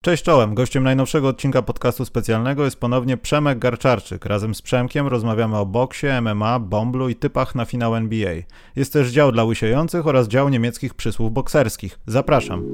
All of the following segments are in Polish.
Cześć czołem, gościem najnowszego odcinka podcastu specjalnego jest ponownie Przemek Garczarczyk. Razem z Przemkiem rozmawiamy o boksie, MMA, bomblu i typach na finał NBA. Jest też dział dla łysiejących oraz dział niemieckich przysłów bokserskich. Zapraszam.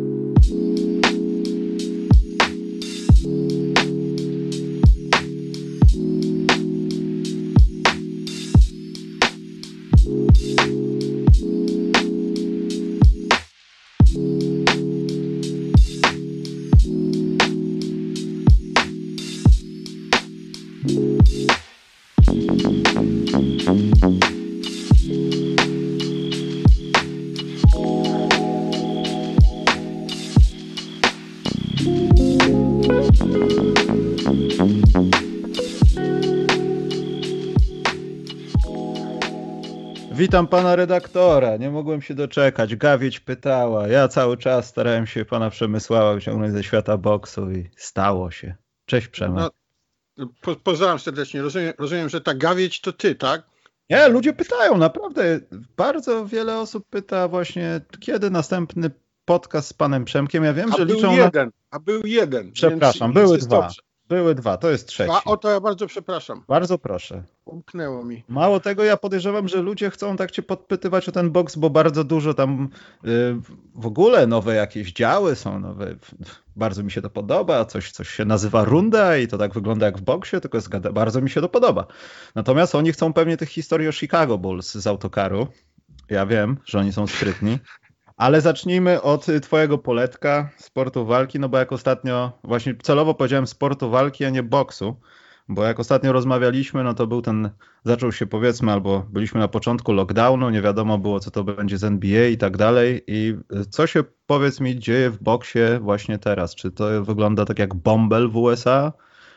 Witam pana redaktora, nie mogłem się doczekać, Gawieć pytała, ja cały czas starałem się pana Przemysława wyciągnąć ze świata boksu i stało się. Cześć Przemek. No, pozdrawiam serdecznie, rozumiem, że ta Gawieć to ty, tak? Nie, ludzie pytają, naprawdę, bardzo wiele osób pyta właśnie, kiedy następny podcast z panem Przemkiem, ja wiem, że liczą był jeden. Przepraszam, były dwa. Dobrze. Były dwa, to jest trzeci. O to ja bardzo przepraszam. Bardzo proszę. Umknęło mi. Mało tego, ja podejrzewam, że ludzie chcą tak cię podpytywać o ten boks, bo bardzo dużo tam w ogóle nowe jakieś działy są nowe. Bardzo mi się to podoba, coś się nazywa runda i to tak wygląda jak w boksie, tylko bardzo mi się to podoba. Natomiast oni chcą pewnie tych historii o Chicago Bulls z autokaru. Ja wiem, że oni są sprytni. Ale zacznijmy od twojego poletka sportu walki, no bo jak ostatnio, właśnie celowo powiedziałem sportu walki, a nie boksu, bo jak ostatnio rozmawialiśmy, no to zaczął się powiedzmy, albo byliśmy na początku lockdownu, nie wiadomo było co to będzie z NBA i tak dalej i co się, powiedz mi, dzieje w boksie właśnie teraz? Czy to wygląda tak jak bąbel w USA?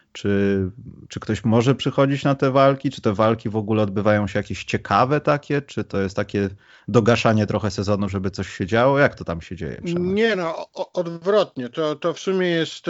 Czy ktoś może przychodzić na te walki? Czy te walki w ogóle odbywają się jakieś ciekawe takie? Czy to jest takie dogaszanie trochę sezonu, żeby coś się działo? Jak to tam się dzieje? Nie no, odwrotnie. To w sumie jest...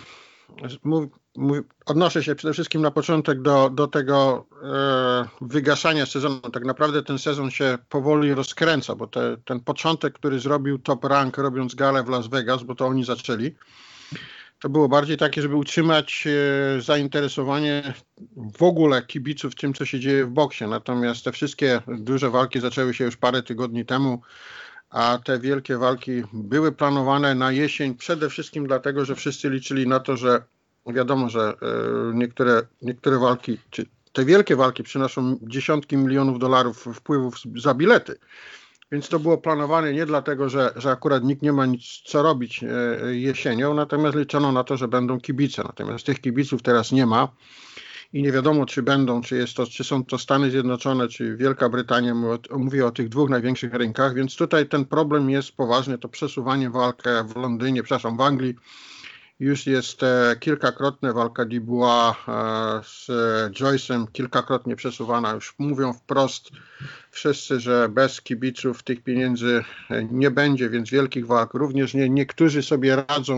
Odnoszę się przede wszystkim na początek do tego wygaszania sezonu. Tak naprawdę ten sezon się powoli rozkręca, bo ten początek, który zrobił Top Rank robiąc galę w Las Vegas, bo to oni zaczęli, to było bardziej takie, żeby utrzymać zainteresowanie w ogóle kibiców tym, co się dzieje w boksie. Natomiast te wszystkie duże walki zaczęły się już parę tygodni temu, a te wielkie walki były planowane na jesień przede wszystkim dlatego, że wszyscy liczyli na to, że wiadomo, że niektóre walki, czy te wielkie walki przynoszą dziesiątki milionów dolarów wpływów za bilety. Więc to było planowane nie dlatego, że akurat nikt nie ma nic co robić jesienią, natomiast liczono na to, że będą kibice. Natomiast tych kibiców teraz nie ma i nie wiadomo, czy będą, czy są to Stany Zjednoczone, czy Wielka Brytania. Mówię o tych dwóch największych rynkach, więc tutaj ten problem jest poważny. To przesuwanie walkę w Anglii już jest kilkakrotne. Walka Dubois z Joyce'em kilkakrotnie przesuwana. Już mówią wprost wszyscy, że bez kibiców tych pieniędzy nie będzie, więc wielkich walk również nie. Niektórzy sobie radzą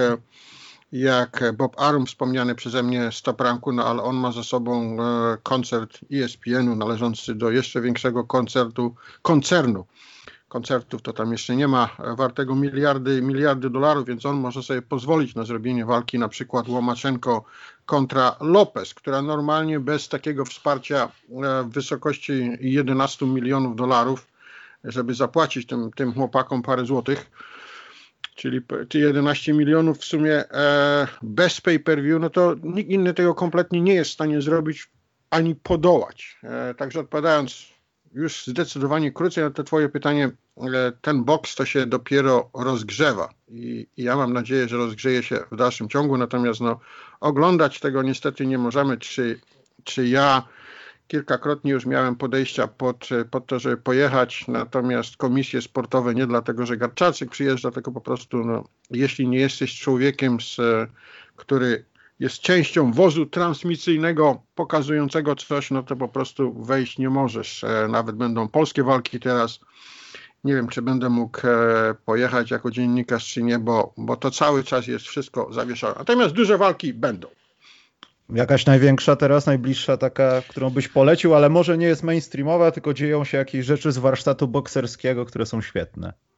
jak Bob Arum, wspomniany przeze mnie z Top Ranku, no ale on ma za sobą koncert ESPN-u należący do jeszcze większego koncernu. Koncertów to tam jeszcze nie ma, wartego miliardy dolarów, więc on może sobie pozwolić na zrobienie walki na przykład Łomaczenko kontra Lopez, która normalnie bez takiego wsparcia w wysokości 11 milionów dolarów, żeby zapłacić tym chłopakom parę złotych, czyli 11 milionów w sumie bez pay-per-view, no to nikt inny tego kompletnie nie jest w stanie zrobić ani podołać. Także odpowiadając już zdecydowanie krócej na to twoje pytanie, ten boks to się dopiero rozgrzewa i ja mam nadzieję, że rozgrzeje się w dalszym ciągu, natomiast oglądać tego niestety nie możemy, czy ja kilkakrotnie już miałem podejścia pod to, żeby pojechać, natomiast komisje sportowe nie dlatego, że Garczarczyk przyjeżdża, tylko po prostu jeśli nie jesteś człowiekiem, który jest częścią wozu transmisyjnego pokazującego coś, no to po prostu wejść nie możesz. Nawet będą polskie walki teraz. Nie wiem, czy będę mógł pojechać jako dziennikarz, czy nie, bo to cały czas jest wszystko zawieszone. Natomiast duże walki będą. Jakaś największa teraz, najbliższa taka, którą byś polecił, ale może nie jest mainstreamowa, tylko dzieją się jakieś rzeczy z warsztatu bokserskiego, które są świetne.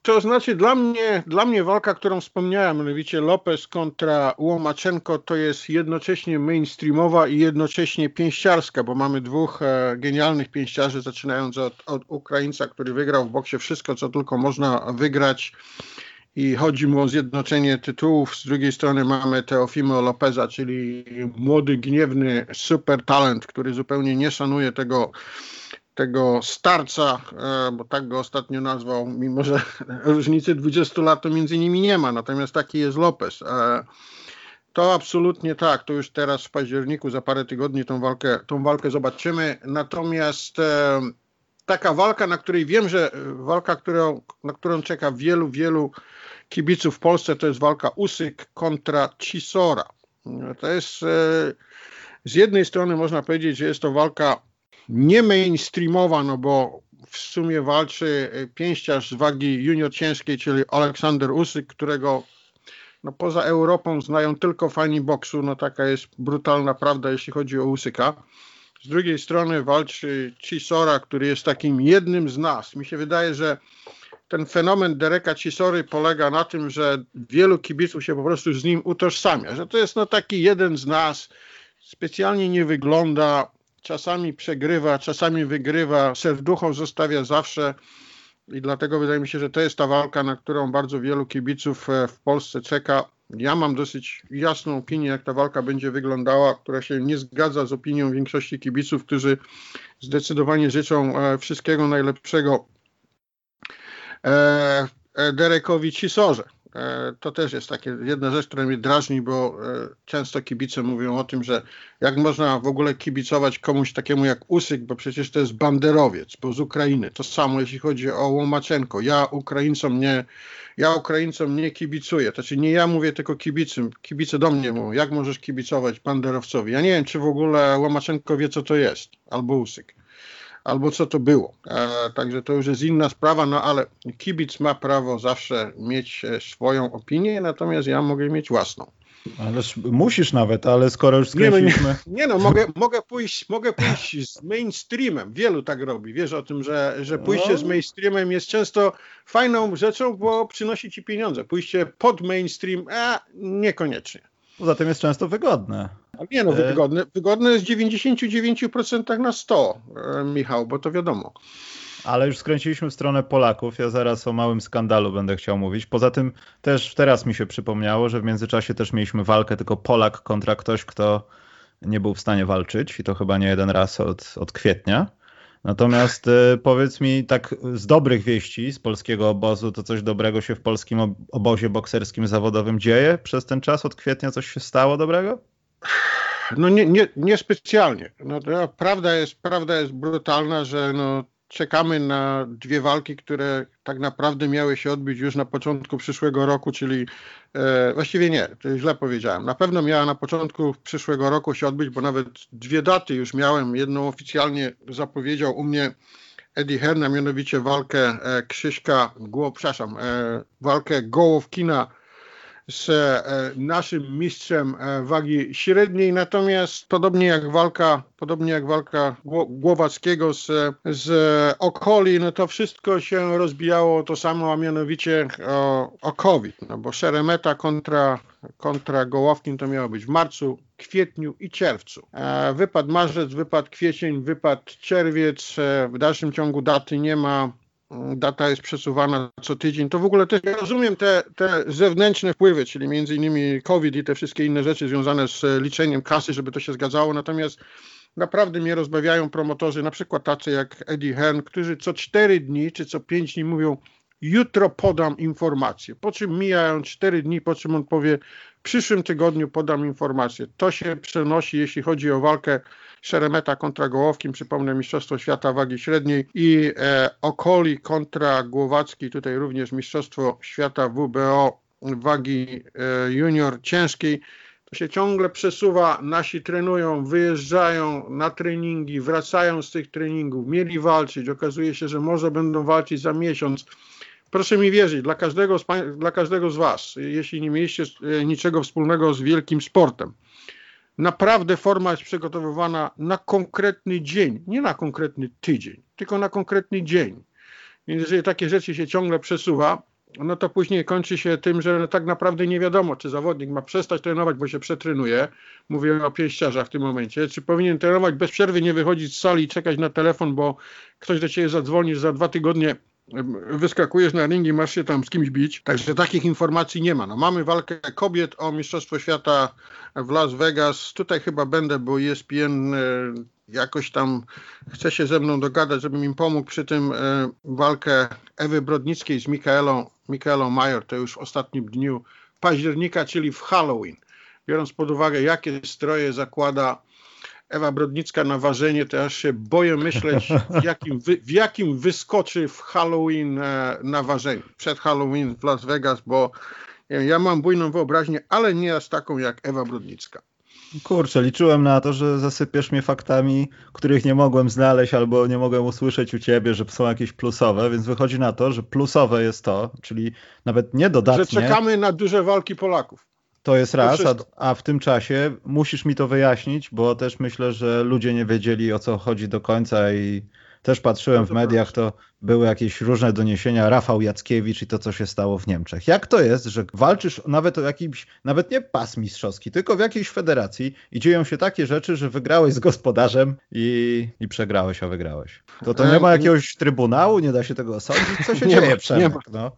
To znaczy dla mnie walka, którą wspomniałem, mianowicie Lopez kontra Łomaczenko, to jest jednocześnie mainstreamowa i jednocześnie pięściarska, bo mamy dwóch genialnych pięściarzy, zaczynając od Ukraińca, który wygrał w boksie wszystko, co tylko można wygrać i chodzi mu o zjednoczenie tytułów. Z drugiej strony mamy Teofimo Lopeza, czyli młody, gniewny super talent, który zupełnie nie szanuje tego starca, bo tak go ostatnio nazwał, mimo że różnicy 20 lat to między nimi nie ma, natomiast taki jest Lopez. To absolutnie tak, to już teraz w październiku, za parę tygodni tą walkę zobaczymy, natomiast taka walka, na której wiem, że walka, na którą czeka wielu kibiców w Polsce, to jest walka Usyk kontra Chisora. To jest z jednej strony można powiedzieć, że jest to walka nie mainstreamowa, no bo w sumie walczy pięściarz z wagi junior ciężkiej, czyli Aleksander Usyk, którego no poza Europą znają tylko fani boksu, no taka jest brutalna prawda, jeśli chodzi o Usyka. Z drugiej strony walczy Chisora, który jest takim jednym z nas. Mi się wydaje, że ten fenomen Dereka Chisory polega na tym, że wielu kibiców się po prostu z nim utożsamia, że to jest no taki jeden z nas, specjalnie nie wygląda, czasami przegrywa, czasami wygrywa, serducho zostawia zawsze i dlatego wydaje mi się, że to jest ta walka, na którą bardzo wielu kibiców w Polsce czeka. Ja mam dosyć jasną opinię, jak ta walka będzie wyglądała, która się nie zgadza z opinią większości kibiców, którzy zdecydowanie życzą wszystkiego najlepszego Derekowi Chisorze. To też jest takie jedna rzecz, która mnie drażni, bo często kibice mówią o tym, że jak można w ogóle kibicować komuś takiemu jak Usyk, bo przecież to jest banderowiec, bo z Ukrainy. To samo jeśli chodzi o Łomaczenko. Ja Ukraińcom nie kibicuję. To znaczy nie ja mówię, tylko kibice do mnie mówią, jak możesz kibicować banderowcowi. Ja nie wiem, czy w ogóle Łomaczenko wie, co to jest, albo Usyk, albo co to było. Także to już jest inna sprawa, no ale kibic ma prawo zawsze mieć swoją opinię, natomiast ja mogę mieć własną. Ależ musisz nawet, ale skoro już skręciliśmy... Mogę pójść z mainstreamem. Wielu tak robi. Wiesz o tym, że pójście z mainstreamem jest często fajną rzeczą, bo przynosi ci pieniądze. Pójście pod mainstream, niekoniecznie. Poza tym jest często wygodne. Nie no, wygodne jest w 99% na 100, Michał, bo to wiadomo. Ale już skręciliśmy w stronę Polaków. Ja zaraz o małym skandalu będę chciał mówić. Poza tym też teraz mi się przypomniało, że w międzyczasie też mieliśmy walkę, tylko Polak kontra ktoś, kto nie był w stanie walczyć i to chyba nie jeden raz od kwietnia. Natomiast powiedz mi tak z dobrych wieści z polskiego obozu, to coś dobrego się w polskim obozie bokserskim zawodowym dzieje przez ten czas? Od kwietnia coś się stało dobrego? No nie specjalnie. No, prawda jest brutalna, że no, czekamy na dwie walki, które tak naprawdę miały się odbyć już na początku przyszłego roku, czyli właściwie nie, to źle powiedziałem. Na pewno miała na początku przyszłego roku się odbyć, bo nawet dwie daty już miałem. Jedną oficjalnie zapowiedział u mnie Eddie Hearn, a mianowicie walkę walkę Gołowkina z naszym mistrzem wagi średniej, natomiast podobnie jak walka Głowackiego z Okoli, no to wszystko się rozbijało to samo, a mianowicie o COVID, no bo Szeremeta kontra Gołowkin to miało być w marcu, kwietniu i czerwcu. Wypadł marzec, wypadł kwiecień, wypadł czerwiec, w dalszym ciągu daty nie ma. Data jest przesuwana co tydzień. To w ogóle też ja rozumiem te zewnętrzne wpływy, czyli między innymi COVID i te wszystkie inne rzeczy związane z liczeniem kasy, żeby to się zgadzało. Natomiast naprawdę mnie rozbawiają promotorzy, na przykład tacy jak Eddie Hearn, którzy co 4 dni czy co 5 dni mówią: jutro podam informację. Po czym mijają 4 dni, po czym on powie: w przyszłym tygodniu podam informację. To się przenosi, jeśli chodzi o walkę Szeremeta kontra Gołowkin, przypomnę, Mistrzostwo Świata wagi średniej, i Okoli kontra Głowacki, tutaj również Mistrzostwo Świata WBO wagi junior ciężkiej. To się ciągle przesuwa, nasi trenują, wyjeżdżają na treningi, wracają z tych treningów, mieli walczyć, okazuje się, że może będą walczyć za miesiąc. Proszę mi wierzyć, dla każdego z was, jeśli nie mieliście niczego wspólnego z wielkim sportem, naprawdę forma jest przygotowywana na konkretny dzień, nie na konkretny tydzień, tylko na konkretny dzień. Więc jeżeli takie rzeczy się ciągle przesuwa, no to później kończy się tym, że tak naprawdę nie wiadomo, czy zawodnik ma przestać trenować, bo się przetrenuje. Mówię o pięściarzach w tym momencie. Czy powinien trenować bez przerwy, nie wychodzić z sali i czekać na telefon, bo ktoś do ciebie zadzwoni, że za 2 tygodnie wyskakujesz na ring i masz się tam z kimś bić. Także takich informacji nie ma. No, mamy walkę kobiet o Mistrzostwo Świata w Las Vegas. Tutaj chyba będę, bo ESPN jakoś tam chce się ze mną dogadać, żebym im pomógł przy tym walkę Ewy Brodnickiej z Michaelą Major. To już w ostatnim dniu października, czyli w Halloween. Biorąc pod uwagę, jakie stroje zakłada Ewa Brodnicka na ważenie, to aż się boję myśleć, w jakim wyskoczy w Halloween na ważeniu. Przed Halloween w Las Vegas, bo ja mam bujną wyobraźnię, ale nie aż taką jak Ewa Brodnicka. Kurczę, liczyłem na to, że zasypiesz mnie faktami, których nie mogłem znaleźć albo nie mogłem usłyszeć u ciebie, że są jakieś plusowe, więc wychodzi na to, że plusowe jest to, czyli nawet nie dodatnie. Że czekamy na duże walki Polaków. To jest raz, a w tym czasie musisz mi to wyjaśnić, bo też myślę, że ludzie nie wiedzieli, o co chodzi do końca i też patrzyłem w mediach, to były jakieś różne doniesienia, Rafał Jackiewicz i to, co się stało w Niemczech. Jak to jest, że walczysz nawet o jakimś, nawet nie pas mistrzowski, tylko w jakiejś federacji i dzieją się takie rzeczy, że wygrałeś z gospodarzem i przegrałeś, a wygrałeś. To nie ma jakiegoś trybunału, nie da się tego osądzić? Co się dzieje, Przemek?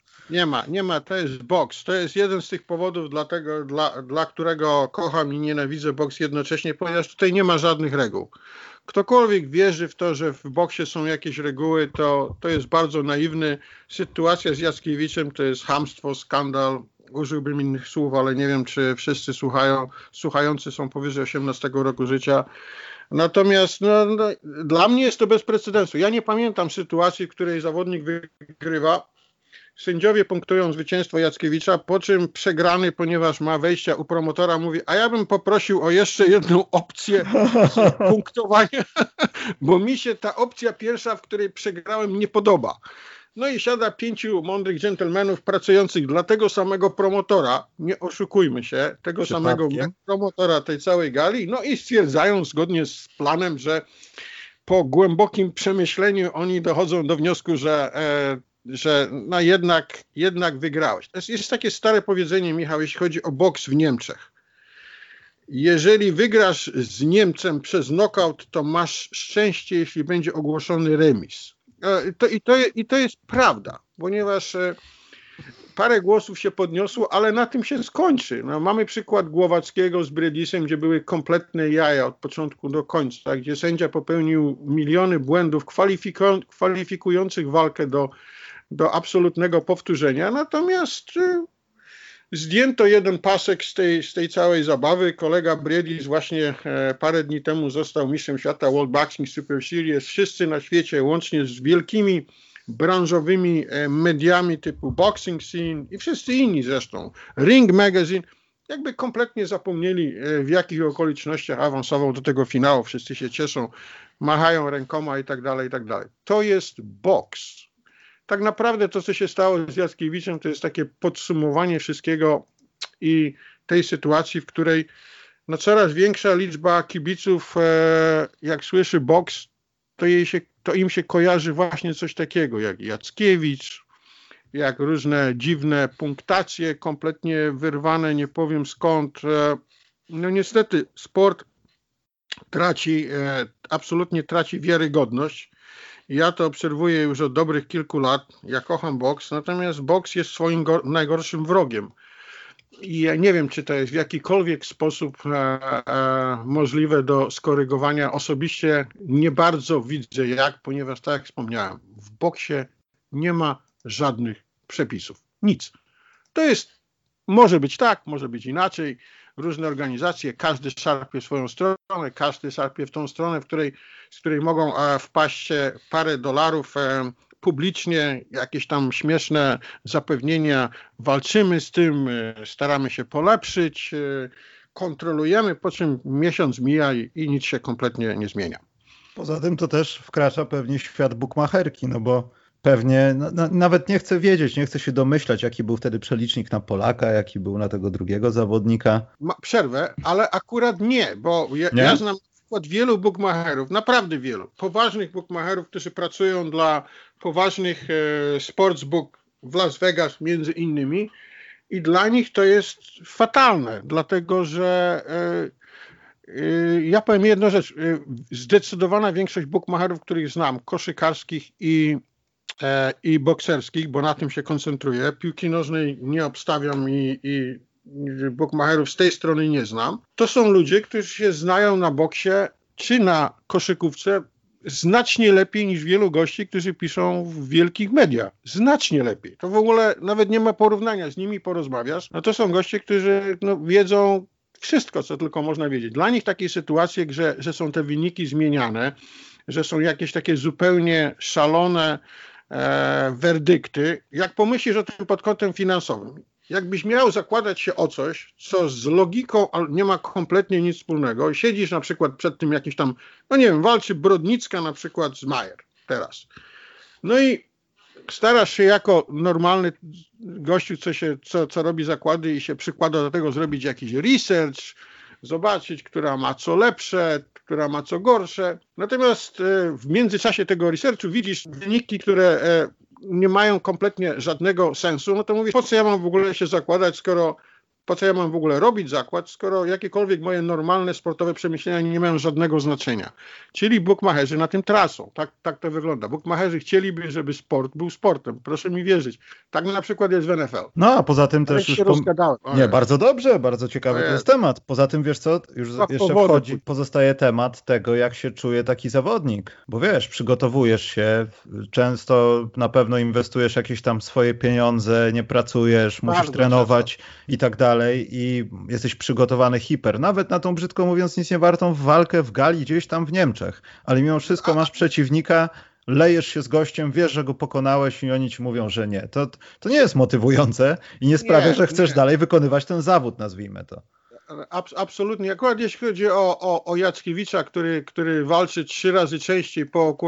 Nie ma, to jest boks. To jest jeden z tych powodów, dla którego kocham i nienawidzę boks jednocześnie, ponieważ tutaj nie ma żadnych reguł. Ktokolwiek wierzy w to, że w boksie są jakieś reguły, to jest bardzo naiwny. Sytuacja z Jackiewiczem to jest chamstwo, skandal. Użyłbym innych słów, ale nie wiem, czy wszyscy słuchający są powyżej 18 roku życia. Natomiast dla mnie jest to bez precedensu. Ja nie pamiętam sytuacji, w której zawodnik wygrywa. Sędziowie punktują zwycięstwo Jackiewicza, po czym przegrany, ponieważ ma wejścia u promotora, mówi, a ja bym poprosił o jeszcze jedną opcję punktowania, bo mi się ta opcja pierwsza, w której przegrałem, nie podoba. No i siada 5 mądrych dżentelmenów pracujących dla tego samego promotora, nie oszukujmy się, tego samego promotora tej całej gali, no i stwierdzają zgodnie z planem, że po głębokim przemyśleniu oni dochodzą do wniosku, że no jednak wygrałeś. To jest takie stare powiedzenie, Michał, jeśli chodzi o boks w Niemczech. Jeżeli wygrasz z Niemcem przez knockout, to masz szczęście, jeśli będzie ogłoszony remis. I to jest prawda, ponieważ parę głosów się podniosło, ale na tym się skończy. No, mamy przykład Głowackiego z Bredisem, gdzie były kompletne jaja od początku do końca, gdzie sędzia popełnił miliony błędów kwalifikujących walkę do absolutnego powtórzenia, natomiast zdjęto jeden pasek z tej całej zabawy. Kolega Bredis właśnie parę dni temu został mistrzem świata World Boxing Super Series. Wszyscy na świecie, łącznie z wielkimi branżowymi mediami typu Boxing Scene i wszyscy inni zresztą, Ring Magazine, jakby kompletnie zapomnieli, w jakich okolicznościach awansował do tego finału. Wszyscy się cieszą, machają rękoma i tak dalej, i tak dalej. To jest boks. Tak naprawdę to, co się stało z Jackiewiczem, to jest takie podsumowanie wszystkiego i tej sytuacji, w której no, coraz większa liczba kibiców, jak słyszy boks, to im się kojarzy właśnie coś takiego jak Jackiewicz, jak różne dziwne punktacje, kompletnie wyrwane, nie powiem skąd. No niestety sport absolutnie traci wiarygodność. Ja to obserwuję już od dobrych kilku lat. Ja kocham boks, natomiast boks jest swoim najgorszym wrogiem. I ja nie wiem, czy to jest w jakikolwiek sposób możliwe do skorygowania. Osobiście nie bardzo widzę jak, ponieważ tak jak wspomniałem, w boksie nie ma żadnych przepisów. Nic. To jest, może być tak, może być inaczej. Różne organizacje, każdy szarpie swoją stronę, każdy szarpie w tą stronę, z której mogą wpaść parę dolarów publicznie, jakieś tam śmieszne zapewnienia, walczymy z tym, staramy się polepszyć, kontrolujemy, po czym miesiąc mija i nic się kompletnie nie zmienia. Poza tym to też wkracza pewnie świat bukmacherki, no bo pewnie, nawet nie chcę wiedzieć, nie chcę się domyślać, jaki był wtedy przelicznik na Polaka, jaki był na tego drugiego zawodnika. Przerwę, ale akurat nie, bo ja znam na przykład wielu bukmacherów, naprawdę wielu, poważnych bukmacherów, którzy pracują dla poważnych sportsbook w Las Vegas między innymi i dla nich to jest fatalne, dlatego że ja powiem jedną rzecz, zdecydowana większość bookmacherów, których znam, koszykarskich i bokserskich, bo na tym się koncentruję, piłki nożnej nie obstawiam i bookmacherów z tej strony nie znam, to są ludzie, którzy się znają na boksie czy na koszykówce znacznie lepiej niż wielu gości, którzy piszą w wielkich mediach. Znacznie lepiej. To w ogóle nawet nie ma porównania, z nimi porozmawiasz. No to są goście, którzy wiedzą wszystko, co tylko można wiedzieć. Dla nich takie sytuacje, że są te wyniki zmieniane, że są jakieś takie zupełnie szalone werdykty, jak pomyślisz o tym pod kątem finansowym. Jakbyś miał zakładać się o coś, co z logiką nie ma kompletnie nic wspólnego, siedzisz na przykład przed tym jakimś tam, no nie wiem, walczy Brodnicka na przykład z Majer teraz. No i starasz się jako normalny gościu, co robi zakłady i się przykłada do tego zrobić jakiś research, zobaczyć, która ma co lepsze, która ma co gorsze. Natomiast w międzyczasie tego researchu widzisz wyniki, które nie mają kompletnie żadnego sensu, no to mówisz, po co ja mam w ogóle się zakładać, po co ja mam w ogóle robić zakład, skoro jakiekolwiek moje normalne sportowe przemyślenia nie mają żadnego znaczenia. Czyli bookmacherzy na tym tracą. Tak to wygląda. Bookmacherzy chcieliby, żeby sport był sportem. Proszę mi wierzyć. Tak na przykład jest w NFL. No, a poza tym też już... Nie, bardzo dobrze, bardzo ciekawy to jest temat. Poza tym, wiesz co, już jeszcze pozostaje temat tego, jak się czuje taki zawodnik. Bo wiesz, przygotowujesz się, często na pewno inwestujesz jakieś tam swoje pieniądze, nie pracujesz, musisz trenować i tak dalej. I jesteś przygotowany hiper, nawet na tą, brzydko mówiąc, nic nie wartą walkę w gali gdzieś tam w Niemczech, ale mimo wszystko masz przeciwnika, lejesz się z gościem, wiesz, że go pokonałeś i oni ci mówią, że nie. To nie jest motywujące i nie sprawia, że chcesz dalej wykonywać ten zawód, nazwijmy to. Absolutnie. Akurat jeśli chodzi o Jackiewicza, który walczy 3 razy częściej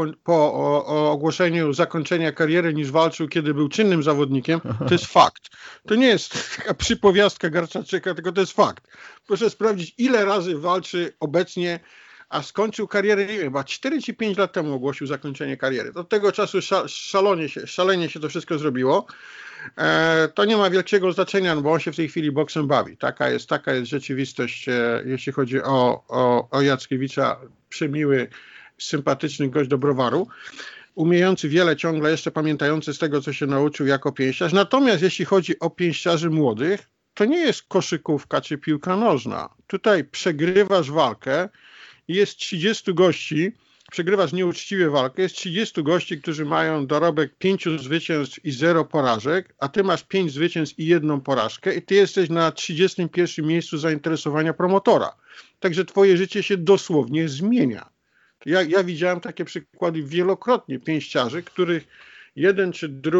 po ogłoszeniu zakończenia kariery niż walczył, kiedy był czynnym zawodnikiem, to jest fakt. To nie jest taka przypowiastka Garczaczyka, tylko to jest fakt. Proszę sprawdzić, ile razy walczy obecnie, a skończył karierę, nie wiem, chyba 4 czy 5 lat temu ogłosił zakończenie kariery. Od tego czasu szalenie się to wszystko zrobiło. To nie ma wielkiego znaczenia, no bo on się w tej chwili boksem bawi. Taka jest rzeczywistość, jeśli chodzi o Jackiewicza. Przemiły, sympatyczny gość do browaru, umiejący wiele ciągle, jeszcze pamiętający z tego, co się nauczył jako pięściarz. Natomiast jeśli chodzi o pięściarzy młodych, to nie jest koszykówka czy piłka nożna. Tutaj przegrywasz walkę i jest 30 gości, przegrywasz nieuczciwie walkę, jest 30 gości, którzy mają dorobek 5 zwycięstw i 0 porażek, a ty masz 5 zwycięstw i 1 porażkę i ty jesteś na 31 miejscu zainteresowania promotora. Także twoje życie się dosłownie zmienia. Ja widziałem takie przykłady wielokrotnie pięściarzy, których jeden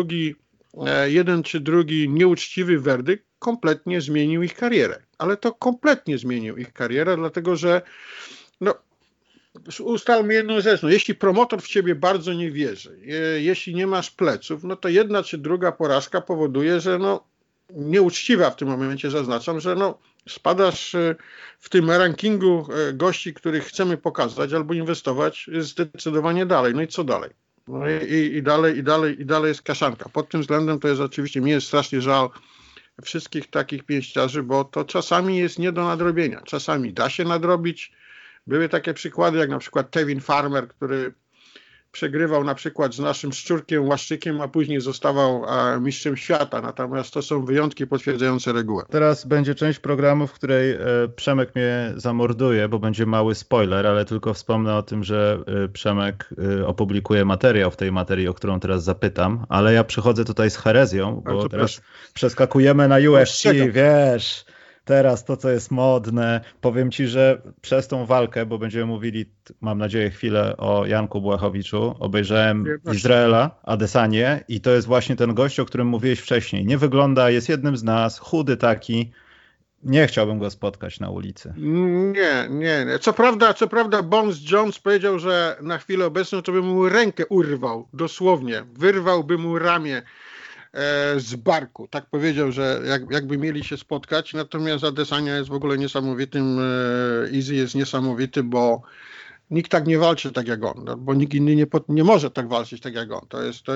czy drugi nieuczciwy werdykt kompletnie zmienił ich karierę. Ale to kompletnie zmienił ich karierę, dlatego że ustalmy jedną rzecz, jeśli promotor w ciebie bardzo nie wierzy, jeśli nie masz pleców, no to jedna czy druga porażka powoduje, że nieuczciwa w tym momencie zaznaczam, że spadasz w tym rankingu gości, których chcemy pokazać albo inwestować zdecydowanie dalej. No i co dalej? No i dalej jest kaszanka. Pod tym względem to jest oczywiście, mi jest strasznie żal wszystkich takich pięściarzy, bo to czasami jest nie do nadrobienia. Czasami da się nadrobić. Były takie przykłady, jak na przykład Tevin Farmer, który przegrywał na przykład z naszym Szczurkiem Łaszczykiem, a później zostawał mistrzem świata. Natomiast to są wyjątki potwierdzające regułę. Teraz będzie część programu, w której Przemek mnie zamorduje, bo będzie mały spoiler, ale tylko wspomnę o tym, że Przemek opublikuje materiał w tej materii, o którą teraz zapytam, ale ja przychodzę tutaj z herezją, bo teraz przeskakujemy na UFC, wiesz... Teraz to, co jest modne, powiem ci, że przez tą walkę, bo będziemy mówili, mam nadzieję, chwilę o Janku Błachowiczu, obejrzałem Izraela Adesanie i to jest właśnie ten gość, o którym mówiłeś wcześniej. Nie wygląda, jest jednym z nas, chudy taki. Nie chciałbym go spotkać na ulicy. Nie. Co prawda Bones Jones powiedział, że na chwilę obecną to by mu rękę urwał, dosłownie. Wyrwałby mu ramię z barku. Tak powiedział, że jakby mieli się spotkać. Natomiast Adesanya jest w ogóle niesamowitym. Izzy jest niesamowity, bo nikt tak nie walczy tak jak on, no, bo nikt inny nie może tak walczyć tak jak on.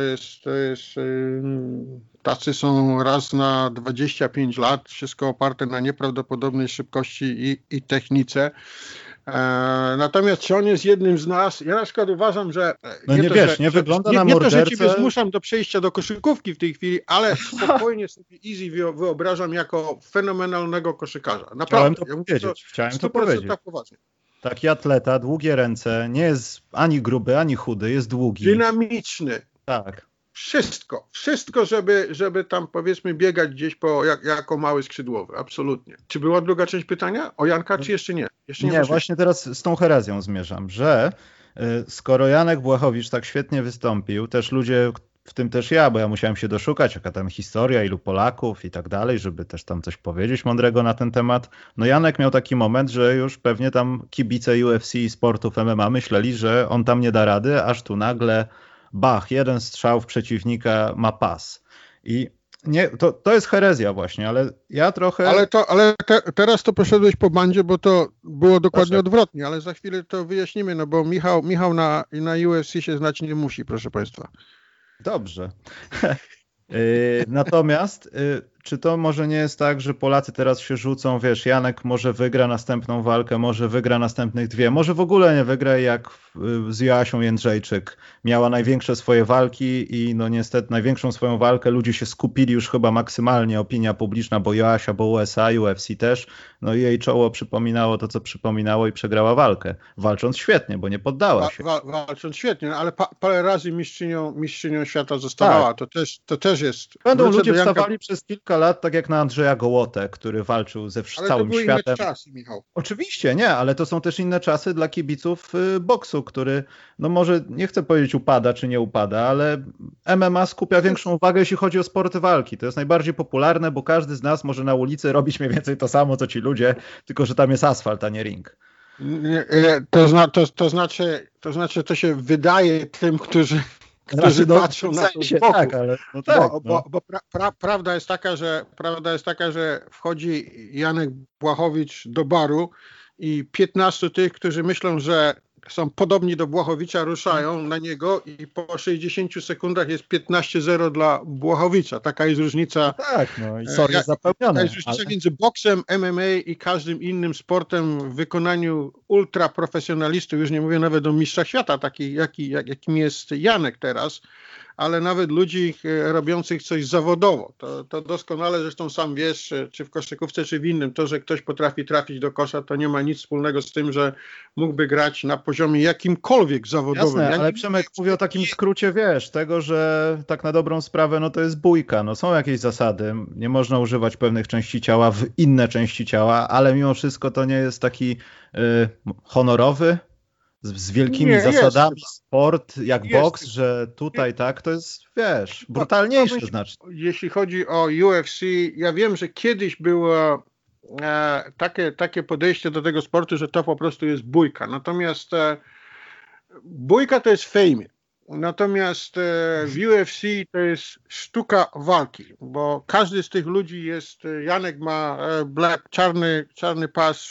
Tacy są raz na 25 lat, wszystko oparte na nieprawdopodobnej szybkości i technice. Natomiast czy on jest jednym z nas? Ja na przykład uważam, że... No nie wiesz, nie wygląda na mordercę. Nie to, że ciebie zmuszam do przejścia do koszykówki w tej chwili, ale spokojnie sobie Easy wyobrażam jako fenomenalnego koszykarza. Naprawdę. Chciałem to powiedzieć. Poważnie. Taki atleta, długie ręce, nie jest ani gruby, ani chudy, jest długi. Dynamiczny. Tak. Wszystko, żeby tam powiedzmy biegać gdzieś jako mały skrzydłowy, absolutnie. Czy była druga część pytania o Janka, czy jeszcze nie? Nie, właśnie teraz z tą herezją zmierzam, że skoro Janek Błachowicz tak świetnie wystąpił, też ludzie, w tym też ja, bo ja musiałem się doszukać, jaka tam historia, ilu Polaków i tak dalej, żeby też tam coś powiedzieć mądrego na ten temat. No Janek miał taki moment, że już pewnie tam kibice UFC i sportów MMA myśleli, że on tam nie da rady, aż tu nagle bach, jeden strzał w przeciwnika, ma pas. I nie, to jest herezja właśnie, ale ja trochę... Teraz to poszedłeś po bandzie, bo to było dokładnie odwrotnie, ale za chwilę to wyjaśnimy, no bo Michał na UFC się znać nie musi, proszę Państwa. Dobrze. Natomiast czy to może nie jest tak, że Polacy teraz się rzucą, wiesz, Janek może wygra następną walkę, może wygra następnych dwie, może w ogóle nie wygra, jak z Joasią Jędrzejczyk miała największe swoje walki i no niestety największą swoją walkę ludzie się skupili już chyba maksymalnie, opinia publiczna, bo Joasia, bo USA, UFC też, no i jej czoło przypominało to, co przypominało i przegrała walkę, walcząc świetnie, bo nie poddała się. Walcząc świetnie, no ale parę razy mistrzynią świata zostawała, tak. To też jest... Będą ludzie wstawali przez kilka lat, tak jak na Andrzeja Gołotę, który walczył ze całym światem. Ale to były inne czasy, Michał. Oczywiście, nie, ale to są też inne czasy dla kibiców boksu, który, no może, nie chcę powiedzieć upada czy nie upada, ale MMA skupia większą uwagę, jeśli chodzi o sporty walki. To jest najbardziej popularne, bo każdy z nas może na ulicy robić mniej więcej to samo, co ci ludzie, tylko że tam jest asfalt, a nie ring. To znaczy, to się wydaje tym, którzy patrzą na to z boku. Tak, ale, no tak, bo prawda jest taka, że wchodzi Janek Błachowicz do baru i 15 tych, którzy myślą, że są podobni do Błachowicza, ruszają na niego i po 60 sekundach jest 15-0 dla Błachowicza. Taka jest różnica. Tak, no i sorry, jest zapełnione. Taka jest różnica między boksem, MMA i każdym innym sportem w wykonaniu ultraprofesjonalistów. Już nie mówię nawet o mistrzach świata, jakim jest Janek teraz, ale nawet ludzi robiących coś zawodowo. To doskonale, zresztą sam wiesz, czy w koszykówce, czy w innym, to, że ktoś potrafi trafić do kosza, to nie ma nic wspólnego z tym, że mógłby grać na poziomie jakimkolwiek zawodowym. Jasne, ale Przemek mówi o takim skrócie, wiesz, tego, że tak na dobrą sprawę, no to jest bójka, no są jakieś zasady, nie można używać pewnych części ciała w inne części ciała, ale mimo wszystko to nie jest taki honorowy, z wielkimi zasadami sport, jak boks, że tutaj tak, to jest, wiesz, brutalniejsze znacznie. Jeśli chodzi o UFC, ja wiem, że kiedyś było takie podejście do tego sportu, że to po prostu jest bójka. Natomiast bójka to jest fame. Natomiast w UFC to jest sztuka walki, bo każdy z tych ludzi jest, Janek ma czarny pas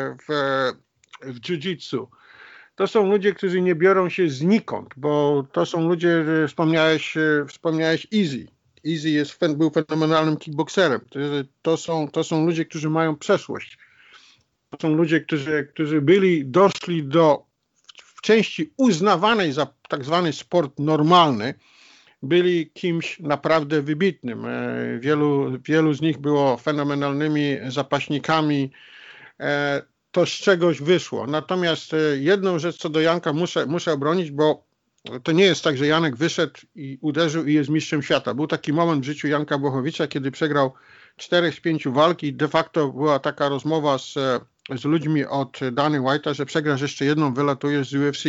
w jiu-jitsu. To są ludzie, którzy nie biorą się znikąd, bo to są ludzie, wspomniałeś Easy. Easy był fenomenalnym kickbokserem. To są ludzie, którzy mają przeszłość. To są ludzie, którzy doszli do w części uznawanej za tak zwany sport normalny, byli kimś naprawdę wybitnym. Wielu z nich było fenomenalnymi zapaśnikami. To z czegoś wyszło. Natomiast jedną rzecz co do Janka muszę obronić, bo to nie jest tak, że Janek wyszedł i uderzył i jest mistrzem świata. Był taki moment w życiu Janka Błachowicza, kiedy przegrał 4 z 5 walk i de facto była taka rozmowa z ludźmi od Dany White'a, że przegrasz jeszcze jedną, wylatujesz z UFC.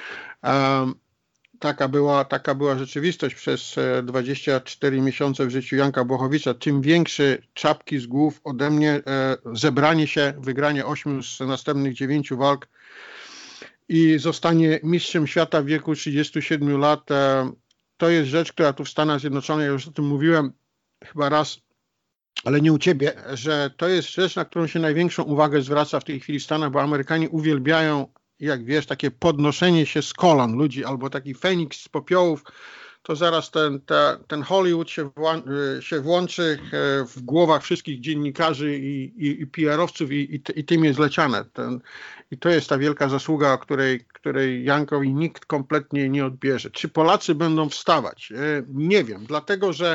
Taka była rzeczywistość przez 24 miesiące w życiu Janka Błachowicza. Tym większy czapki z głów ode mnie, zebranie się, wygranie 8 z następnych 9 walk i zostanie mistrzem świata w wieku 37 lat. To jest rzecz, która tu w Stanach Zjednoczonych, ja już o tym mówiłem chyba raz, ale nie u ciebie, że to jest rzecz, na którą się największą uwagę zwraca w tej chwili w Stanach, bo Amerykanie uwielbiają jak wiesz, takie podnoszenie się z kolan ludzi, albo taki Feniks z popiołów, to zaraz ten Hollywood się włączy w głowach wszystkich dziennikarzy i PR-owców i tym jest leciane. I to jest ta wielka zasługa, której Jankowi nikt kompletnie nie odbierze. Czy Polacy będą wstawać? Nie wiem, dlatego że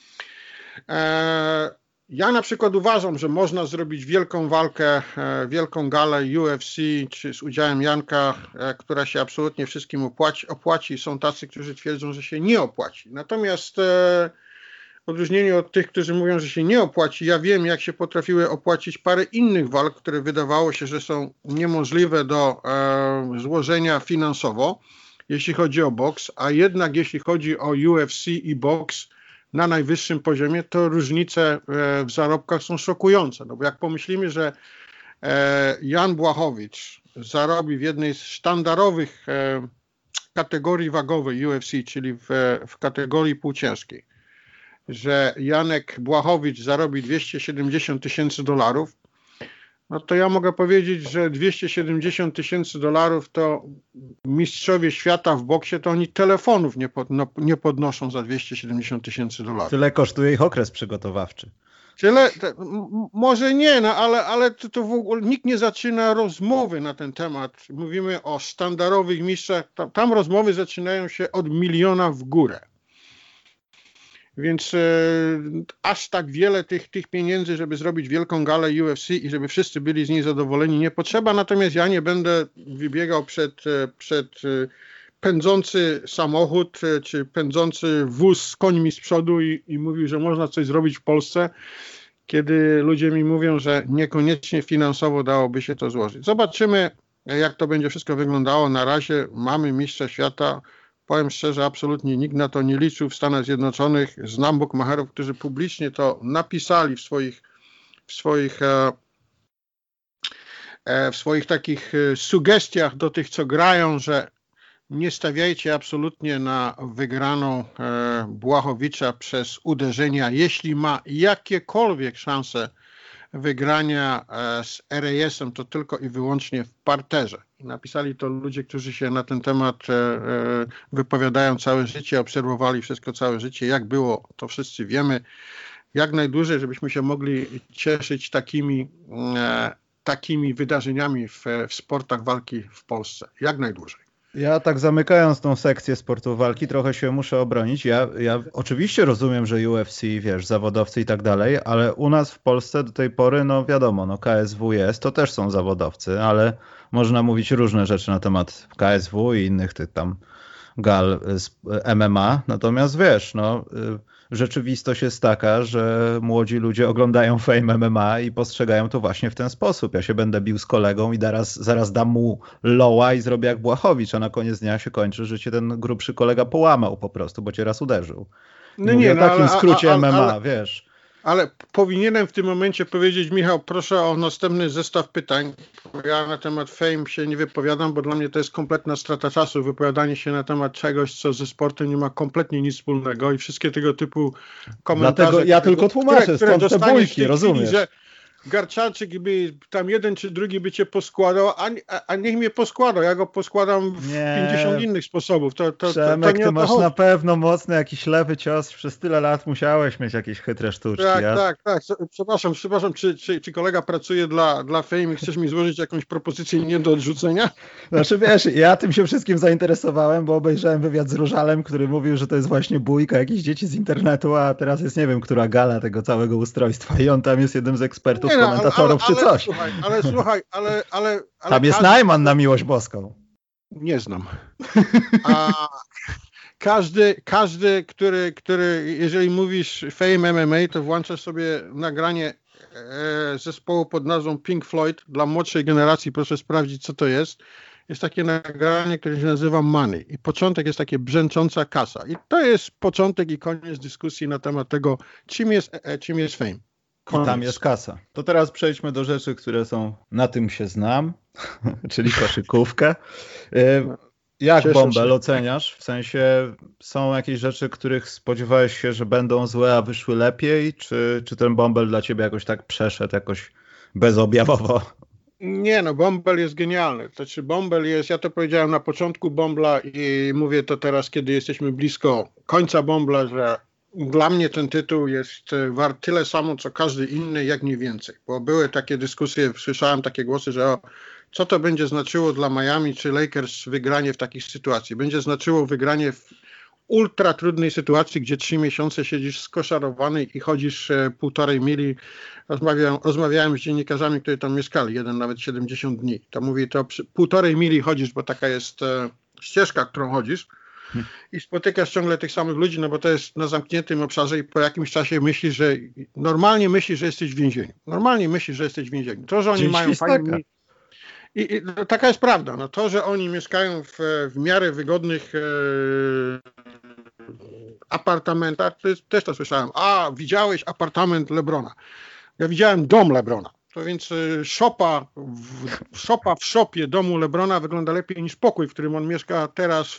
ja na przykład uważam, że można zrobić wielką walkę, wielką galę UFC, czy z udziałem Janka, która się absolutnie wszystkim opłaci. Są tacy, którzy twierdzą, że się nie opłaci. Natomiast w odróżnieniu od tych, którzy mówią, że się nie opłaci, ja wiem, jak się potrafiły opłacić parę innych walk, które wydawało się, że są niemożliwe do złożenia finansowo, jeśli chodzi o boks, a jednak jeśli chodzi o UFC i boks, na najwyższym poziomie, to różnice w zarobkach są szokujące. No bo jak pomyślimy, że Jan Błachowicz zarobi w jednej z sztandarowych kategorii wagowej UFC, czyli w kategorii półciężkiej, że Janek Błachowicz zarobi $270,000, no to ja mogę powiedzieć, że $270,000 to mistrzowie świata w boksie, to oni telefonów nie podnoszą za $270,000. Tyle kosztuje ich okres przygotowawczy. Tyle, może nie, no ale to w ogóle nikt nie zaczyna rozmowy na ten temat. Mówimy o sztandarowych mistrzach, tam rozmowy zaczynają się od 1 miliona w górę. Więc aż tak wiele tych pieniędzy, żeby zrobić wielką galę UFC i żeby wszyscy byli z niej zadowoleni, nie potrzeba. Natomiast ja nie będę wybiegał przed pędzący samochód czy pędzący wóz z końmi z przodu i mówił, że można coś zrobić w Polsce, kiedy ludzie mi mówią, że niekoniecznie finansowo dałoby się to złożyć. Zobaczymy, jak to będzie wszystko wyglądało. Na razie mamy mistrza świata. Powiem szczerze, absolutnie nikt na to nie liczył w Stanach Zjednoczonych. Znam bukmacherów, którzy publicznie to napisali w swoich takich sugestiach do tych, co grają, że nie stawiajcie absolutnie na wygraną Błachowicza przez uderzenia, jeśli ma jakiekolwiek szanse wygrania z RAS-em, to tylko i wyłącznie w parterze. I napisali to ludzie, którzy się na ten temat wypowiadają całe życie, obserwowali wszystko całe życie. Jak było, to wszyscy wiemy. Jak najdłużej, żebyśmy się mogli cieszyć takimi wydarzeniami w sportach walki w Polsce. Jak najdłużej. Ja tak zamykając tą sekcję sportu walki, trochę się muszę obronić. Ja oczywiście rozumiem, że UFC, wiesz, zawodowcy i tak dalej, ale u nas w Polsce do tej pory, no wiadomo, no KSW jest, to też są zawodowcy, ale można mówić różne rzeczy na temat KSW i innych tych tam gal z MMA. Natomiast wiesz, no rzeczywistość jest taka, że młodzi ludzie oglądają Fame MMA i postrzegają to właśnie w ten sposób. Ja się będę bił z kolegą i zaraz dam mu loła i zrobię jak Błachowicz, a na koniec dnia się kończy, że cię ten grubszy kolega połamał po prostu, bo cię raz uderzył. No mówię o takim skrócie MMA, wiesz. Ale powinienem w tym momencie powiedzieć, Michał, proszę o następny zestaw pytań. Ja na temat Fame się nie wypowiadam, bo dla mnie to jest kompletna strata czasu. Wypowiadanie się na temat czegoś, co ze sportem nie ma kompletnie nic wspólnego i wszystkie tego typu komentarze. Dlatego ja tylko tłumaczę, stąd te bójki, rozumiesz? Że Garczarczyk by tam jeden czy drugi by cię poskładał, a niech mnie poskładał. Ja go poskładam w 50 innych sposobów. Przemek, ty masz na pewno mocny jakiś lewy cios. Przez tyle lat musiałeś mieć jakieś chytre sztuczki. Tak. Przepraszam, czy kolega pracuje dla Fame i chcesz mi złożyć jakąś propozycję nie do odrzucenia? Znaczy wiesz, ja tym się wszystkim zainteresowałem, bo obejrzałem wywiad z Różalem, który mówił, że to jest właśnie bójka jakichś dzieci z internetu, a teraz jest nie wiem, która gala tego całego ustrojstwa i on tam jest jednym z ekspertów, komentatorów czy coś. Słuchaj, tam jest Najman na miłość boską. Nie znam. A każdy, który jeżeli mówisz Fame MMA, to włączasz sobie nagranie zespołu pod nazwą Pink Floyd. Dla młodszej generacji proszę sprawdzić, co to jest. Jest takie nagranie, które się nazywa Money. I początek jest takie brzęcząca kasa. I to jest początek i koniec dyskusji na temat tego, czym jest Fame. I tam jest kasa. To teraz przejdźmy do rzeczy, które są, na tym się znam, czyli koszykówkę. Jak Bąbel oceniasz? W sensie są jakieś rzeczy, których spodziewałeś się, że będą złe, a wyszły lepiej? Czy ten Bąbel dla ciebie jakoś tak przeszedł, jakoś bezobjawowo? Nie, no Bumble jest genialny. To znaczy Bumble jest, ja to powiedziałem na początku Bumbla i mówię to teraz, kiedy jesteśmy blisko końca Bumbla, że dla mnie ten tytuł jest wart tyle samo, co każdy inny, jak nie więcej. Bo były takie dyskusje, słyszałem takie głosy, że co to będzie znaczyło dla Miami czy Lakers wygranie w takich sytuacji? Będzie znaczyło wygranie w ultra trudnej sytuacji, gdzie 3 miesiące siedzisz skoszarowany i chodzisz 1,5 mili. Rozmawiałem z dziennikarzami, którzy tam mieszkali, jeden nawet 70 dni. To mówi, to 1,5 mili chodzisz, bo taka jest ścieżka, którą chodzisz i spotykasz ciągle tych samych ludzi, no bo to jest na zamkniętym obszarze i po jakimś czasie normalnie myślisz, że jesteś w więzieniu. Normalnie myślisz, że jesteś w więzieniu. To, że oni mają fajne... I taka jest prawda. No to, że oni mieszkają w miarę wygodnych apartamentach, też to słyszałem. Widziałeś apartament LeBrona. Ja widziałem dom LeBrona. To więc szopa w szopie domu LeBrona wygląda lepiej niż pokój, w którym on mieszka teraz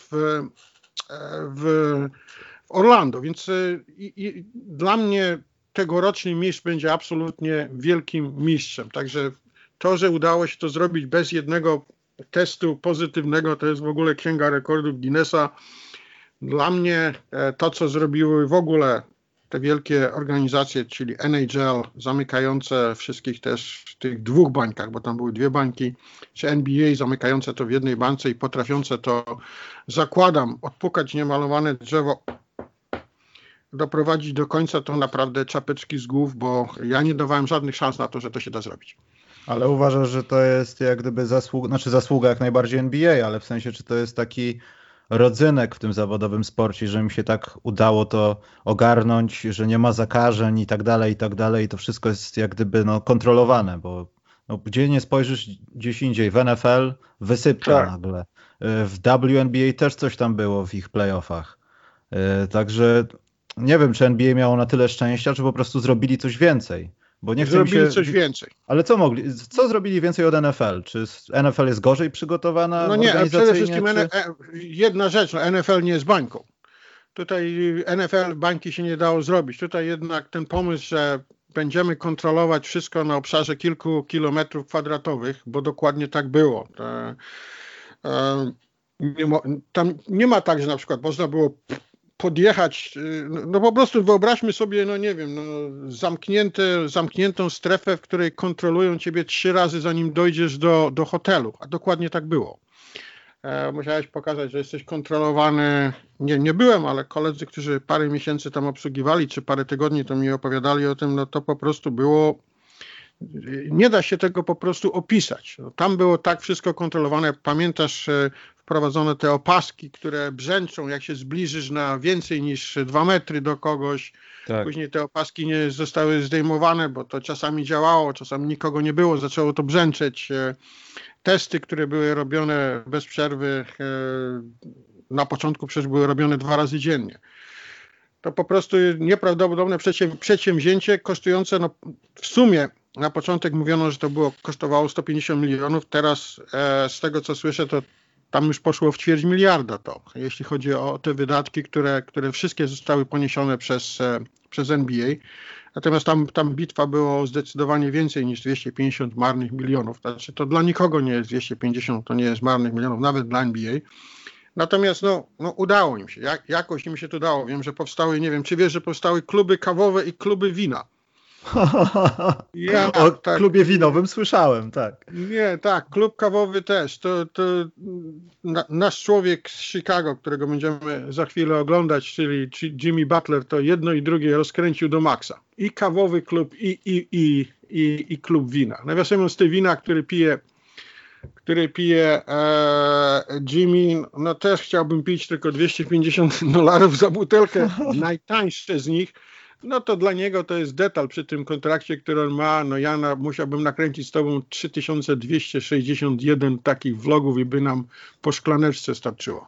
w Orlando. Więc dla mnie tegoroczny mistrz będzie absolutnie wielkim mistrzem. Także to, że udało się to zrobić bez jednego testu pozytywnego, to jest w ogóle księga rekordów Guinnessa. Dla mnie to, co zrobiły w ogóle te wielkie organizacje, czyli NHL, zamykające wszystkich też w tych 2 bańkach, bo tam były 2 bańki, czy NBA zamykające to w jednej bańce i potrafiące to, zakładam, odpukać niemalowane drzewo, doprowadzić do końca, to naprawdę czapeczki z głów, bo ja nie dawałem żadnych szans na to, że to się da zrobić. Ale uważasz, że to jest jak gdyby zasługa jak najbardziej NBA, ale w sensie, czy to jest taki rodzynek w tym zawodowym sporcie, że mi się tak udało to ogarnąć, że nie ma zakażeń i tak dalej, i to wszystko jest jak gdyby kontrolowane, bo gdzie nie spojrzysz gdzieś indziej, w NFL wysypka nagle, w WNBA też coś tam było w ich playoffach, także nie wiem, czy NBA miało na tyle szczęścia, czy po prostu zrobili coś więcej. Bo nie zrobili coś więcej. Ale co zrobili więcej od NFL? Czy NFL jest gorzej przygotowana? No nie, przede wszystkim jedna rzecz, NFL nie jest bańką. Tutaj NFL bańki się nie dało zrobić. Tutaj jednak ten pomysł, że będziemy kontrolować wszystko na obszarze kilku kilometrów kwadratowych, bo dokładnie tak było. Tam nie ma tak, że na przykład można było podjechać, no po prostu wyobraźmy sobie, no nie wiem, zamkniętą strefę, w której kontrolują ciebie 3 razy, zanim dojdziesz do hotelu, a dokładnie tak było. Musiałeś pokazać, że jesteś kontrolowany. Nie byłem, ale koledzy, którzy parę miesięcy tam obsługiwali, czy parę tygodni, to mi opowiadali o tym, no to po prostu było, nie da się tego po prostu opisać. Tam było tak wszystko kontrolowane. Pamiętasz, wprowadzono te opaski, które brzęczą, jak się zbliżysz na więcej niż 2 metry do kogoś. Tak. Później te opaski nie zostały zdejmowane, bo to czasami działało, czasami nikogo nie było, zaczęło to brzęczeć. Testy, które były robione bez przerwy, na początku przecież były robione 2 razy dziennie. To po prostu nieprawdopodobne przedsięwzięcie kosztujące, no w sumie na początek mówiono, że to kosztowało 150 milionów, teraz z tego co słyszę, to tam już poszło w 250 miliarda to, jeśli chodzi o te wydatki, które wszystkie zostały poniesione przez NBA. Natomiast tam bitwa było zdecydowanie więcej niż 250 marnych milionów. Znaczy to dla nikogo nie jest 250, to nie jest marnych milionów, nawet dla NBA. Natomiast no udało im się, jakoś im się to dało. Wiem, że powstały, nie wiem, czy wiesz, że powstały kluby kawowe i kluby wina. O klubie winowym słyszałem, tak. Nie, tak, klub kawowy też. To nasz człowiek z Chicago, którego będziemy za chwilę oglądać, czyli Jimmy Butler, to jedno i drugie rozkręcił do maksa. I kawowy klub, i klub wina. Nawiasem mówiąc, te wina, które pije Jimmy, no też chciałbym pić tylko $250 za butelkę, najtańsze z nich. No to dla niego to jest detal przy tym kontrakcie, który on ma. No ja musiałbym nakręcić z tobą 3261 takich vlogów i by nam po szklaneczce starczyło.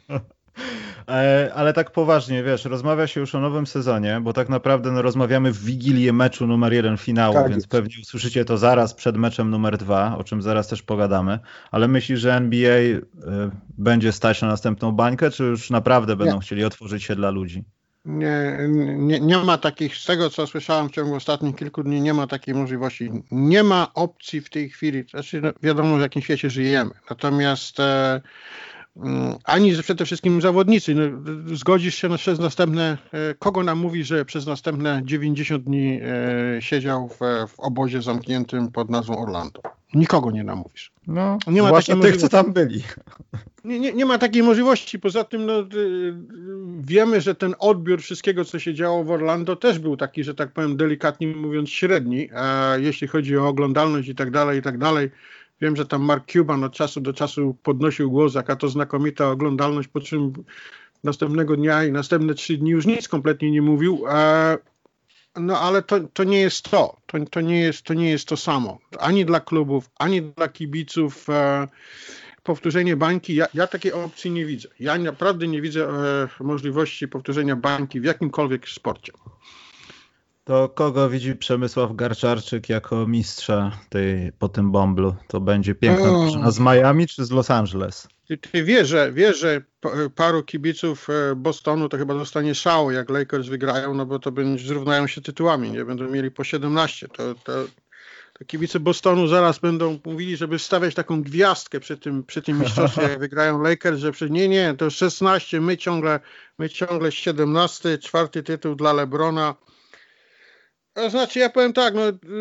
Ale tak poważnie, wiesz, rozmawia się już o nowym sezonie, bo tak naprawdę rozmawiamy w wigilię meczu numer 1 finału, tak, więc pewnie usłyszycie to zaraz przed meczem numer 2, o czym zaraz też pogadamy. Ale myślisz, że NBA będzie stać na następną bańkę, czy już naprawdę będą chcieli otworzyć się dla ludzi? Nie ma takich, z tego co słyszałem w ciągu ostatnich kilku dni, nie ma takiej możliwości. Nie ma opcji w tej chwili, znaczy wiadomo w jakim świecie żyjemy. Natomiast ani przede wszystkim zawodnicy. Zgodzisz się przez następne, kogo namówi, że przez następne 90 dni siedział w obozie zamkniętym pod nazwą Orlando? Nikogo nie namówisz. No, nie ma zwłaszcza tych, co tam byli. Nie ma takiej możliwości. Poza tym wiemy, że ten odbiór wszystkiego, co się działo w Orlando, też był taki, że tak powiem delikatnie mówiąc średni, jeśli chodzi o oglądalność i tak dalej. Wiem, że tam Mark Cuban od czasu do czasu podnosił głos, jaka to znakomita oglądalność, po czym następnego dnia i następne 3 dni już nic kompletnie nie mówił. No ale to nie jest to. To nie jest to samo. Ani dla klubów, ani dla kibiców. Powtórzenie bańki, ja takiej opcji nie widzę. Ja naprawdę nie widzę możliwości powtórzenia bańki w jakimkolwiek sporcie. To kogo widzi Przemysław Garczarczyk jako mistrza po tym bąblu? To będzie piękna drużyna z Miami czy z Los Angeles? Ty wiesz, że paru kibiców Bostonu to chyba dostanie szału, jak Lakers wygrają, no bo to zrównają się tytułami, nie? Będą mieli po 17. To kibice Bostonu zaraz będą mówili, żeby wstawiać taką gwiazdkę przy tym mistrzostwie, jak wygrają Lakers, że nie, to 16, my ciągle 17, 4. tytuł dla LeBrona. To znaczy, ja powiem tak,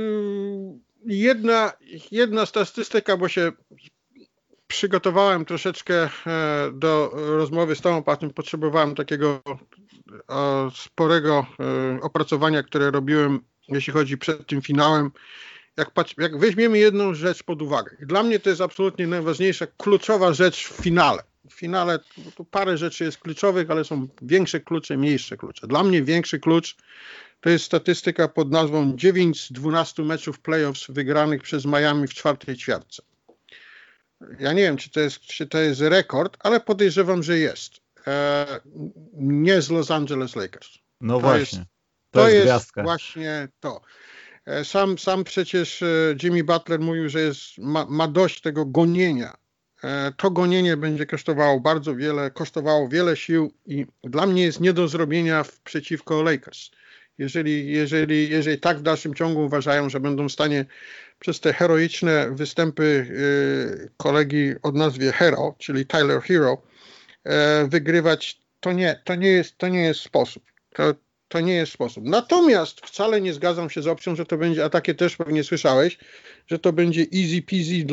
jedna statystyka, bo się przygotowałem troszeczkę do rozmowy z tobą, potem potrzebowałem takiego sporego opracowania, które robiłem, jeśli chodzi przed tym finałem. Jak weźmiemy jedną rzecz pod uwagę, i dla mnie to jest absolutnie najważniejsza, kluczowa rzecz w finale. W finale tu parę rzeczy jest kluczowych, ale są większe klucze, mniejsze klucze. Dla mnie większy klucz to jest statystyka pod nazwą 9 z 12 meczów playoffs wygranych przez Miami w 4. ćwiartce. Ja nie wiem, czy to jest rekord, ale podejrzewam, że jest. Nie z Los Angeles Lakers. No właśnie. To jest właśnie to. Sam przecież Jimmy Butler mówił, że ma dość tego gonienia. To gonienie będzie kosztowało wiele sił i dla mnie jest nie do zrobienia przeciwko Lakers. Jeżeli tak w dalszym ciągu uważają, że będą w stanie przez te heroiczne występy kolegi o nazwie Hero, czyli Tyler Hero, wygrywać, to nie jest sposób. To nie jest sposób. Natomiast wcale nie zgadzam się z opcją, że to będzie, a takie też pewnie słyszałeś, że to będzie easy peasy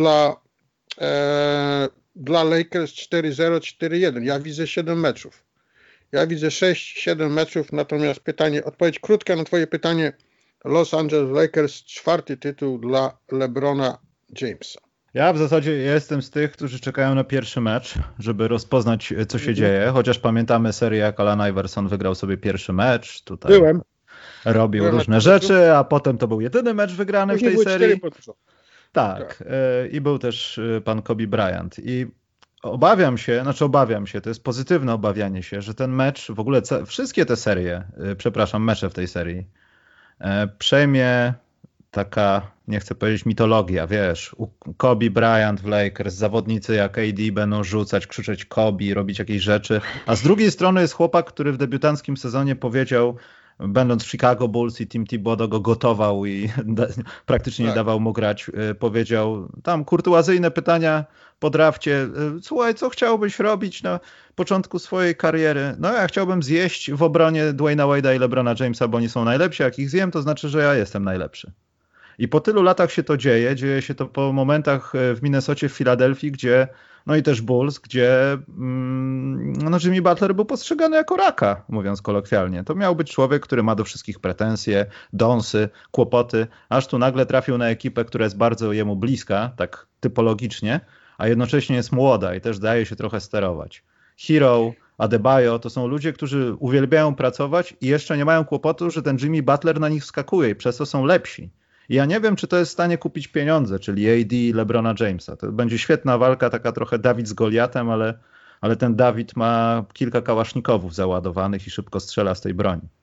dla Lakers 4-0, 4-1. Ja widzę 7 meczów. Ja widzę 6-7 meczów, natomiast odpowiedź krótka na twoje pytanie. Los Angeles Lakers, 4. tytuł dla LeBrona Jamesa. Ja w zasadzie jestem z tych, którzy czekają na pierwszy mecz, żeby rozpoznać, co się dzieje, chociaż pamiętamy serię, jak Allen Iverson wygrał sobie pierwszy mecz, tutaj robił różne rzeczy, a potem to był jedyny mecz wygrany w tej serii. Tak, i był też pan Kobe Bryant. I obawiam się, to jest pozytywne obawianie się, że ten mecz, w ogóle wszystkie te mecze w tej serii przejmie taka, nie chcę powiedzieć mitologia, wiesz, Kobe Bryant w Lakers, zawodnicy jak AD będą rzucać, krzyczeć Kobe, robić jakieś rzeczy, a z drugiej strony jest chłopak, który w debiutanckim sezonie powiedział, będąc w Chicago Bulls i Tim Thibodeau go gotował i praktycznie nie dawał mu grać, powiedział tam kurtuazyjne pytania po drafcie, słuchaj, co chciałbyś robić na początku swojej kariery? No ja chciałbym zjeść w obronie Dwayna Wade'a i LeBrona Jamesa, bo oni są najlepsi, jak ich zjem, to znaczy, że ja jestem najlepszy. I po tylu latach się to dzieje się to po momentach w Minnesocie, w Filadelfii, gdzie, no i też Bulls, gdzie Jimmy Butler był postrzegany jako raka, mówiąc kolokwialnie. To miał być człowiek, który ma do wszystkich pretensje, dąsy, kłopoty, aż tu nagle trafił na ekipę, która jest bardzo jemu bliska, tak typologicznie, a jednocześnie jest młoda i też daje się trochę sterować. Hero, Adebayo to są ludzie, którzy uwielbiają pracować i jeszcze nie mają kłopotu, że ten Jimmy Butler na nich wskakuje i przez to są lepsi. I ja nie wiem, czy to jest w stanie kupić pieniądze, czyli AD i LeBrona Jamesa. To będzie świetna walka, taka trochę Dawid z Goliatem, ale ten Dawid ma kilka kałasznikowów załadowanych i szybko strzela z tej broni.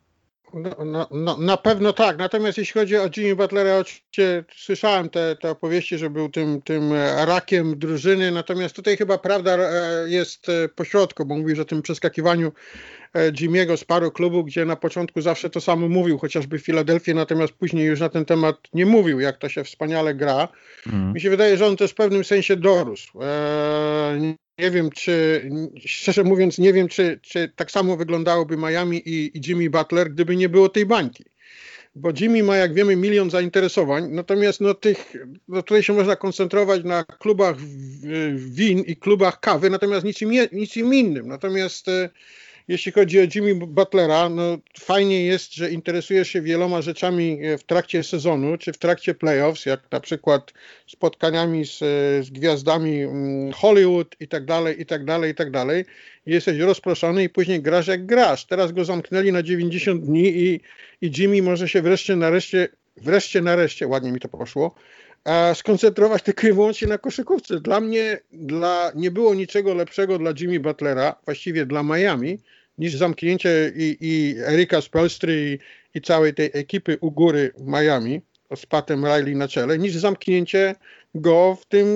Na pewno tak. Natomiast jeśli chodzi o Jimmy Butlera, oczywiście słyszałem te opowieści, że był tym rakiem drużyny, natomiast tutaj chyba prawda jest pośrodku, bo mówisz o tym przeskakiwaniu Jimmy'ego z paru klubów, gdzie na początku zawsze to samo mówił, chociażby w Filadelfii, natomiast później już na ten temat nie mówił, jak to się wspaniale gra. Mi się wydaje, że on też w pewnym sensie dorósł. Nie wiem, szczerze mówiąc, nie wiem, czy tak samo wyglądałoby Miami i Jimmy Butler, gdyby nie było tej bańki. Bo Jimmy ma, jak wiemy, 1 milion zainteresowań, natomiast tutaj się można koncentrować na klubach win i klubach kawy, natomiast niczym innym. Natomiast jeśli chodzi o Jimmy Butlera, no fajnie jest, że interesuje się wieloma rzeczami w trakcie sezonu, czy w trakcie playoffs, jak na przykład spotkaniami z gwiazdami Hollywood i tak dalej. Jesteś rozproszony i później grasz jak grasz. Teraz go zamknęli na 90 dni i Jimmy może się wreszcie nareszcie, ładnie mi to poszło, skoncentrować tylko i wyłącznie na koszykówce. Dla mnie nie było niczego lepszego dla Jimmy Butlera, właściwie dla Miami, niż zamknięcie i Erika Spoelstra i całej tej ekipy u góry Miami z Patem Riley na czele, niż zamknięcie go w tym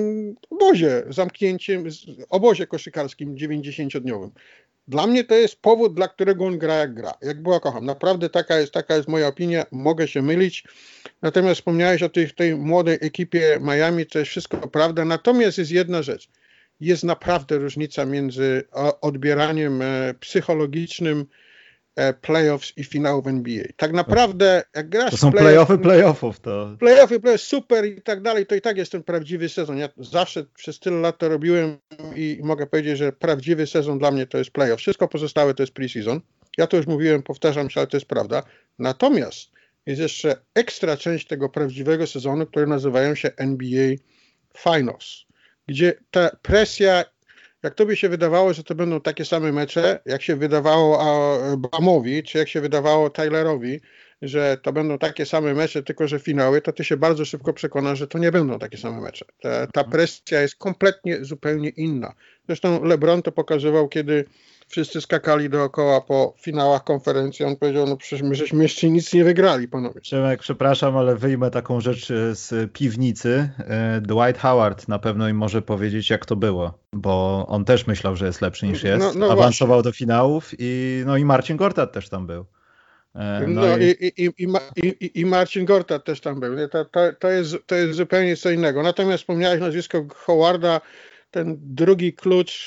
obozie koszykarskim 90-dniowym. Dla mnie to jest powód, dla którego on gra jak gra. Jak była kocham. Naprawdę taka jest moja opinia. Mogę się mylić. Natomiast wspomniałeś o tej młodej ekipie Miami. To jest wszystko prawda. Natomiast jest jedna rzecz. Jest naprawdę różnica między odbieraniem psychologicznym playoffs i finałów NBA. Tak naprawdę jak grasz to są playoffy playoffów. Playoffy, super i tak dalej, to i tak jest ten prawdziwy sezon. Ja zawsze przez tyle lat to robiłem i mogę powiedzieć, że prawdziwy sezon dla mnie to jest playoff. Wszystko pozostałe to jest preseason. Ja to już mówiłem, powtarzam się, ale to jest prawda. Natomiast jest jeszcze ekstra część tego prawdziwego sezonu, które nazywają się NBA Finals, gdzie ta presja, jak tobie się wydawało, że to będą takie same mecze, jak się wydawało Bamowi, czy jak się wydawało Tylerowi, że to będą takie same mecze, tylko że finały, to ty się bardzo szybko przekonasz, że to nie będą takie same mecze. Ta presja jest kompletnie zupełnie inna. Zresztą LeBron to pokazywał, kiedy wszyscy skakali dookoła po finałach konferencji. On powiedział, no przecież my żeśmy jeszcze nic nie wygrali, panowie. Przemek, przepraszam, ale wyjmę taką rzecz z piwnicy. Dwight Howard na pewno im może powiedzieć, jak to było, bo on też myślał, że jest lepszy niż jest. Awansował do finałów i Marcin Gortat też tam był. I Marcin Gortat też tam był. To jest zupełnie co innego. Natomiast wspomniałeś nazwisko Howarda, ten drugi klucz,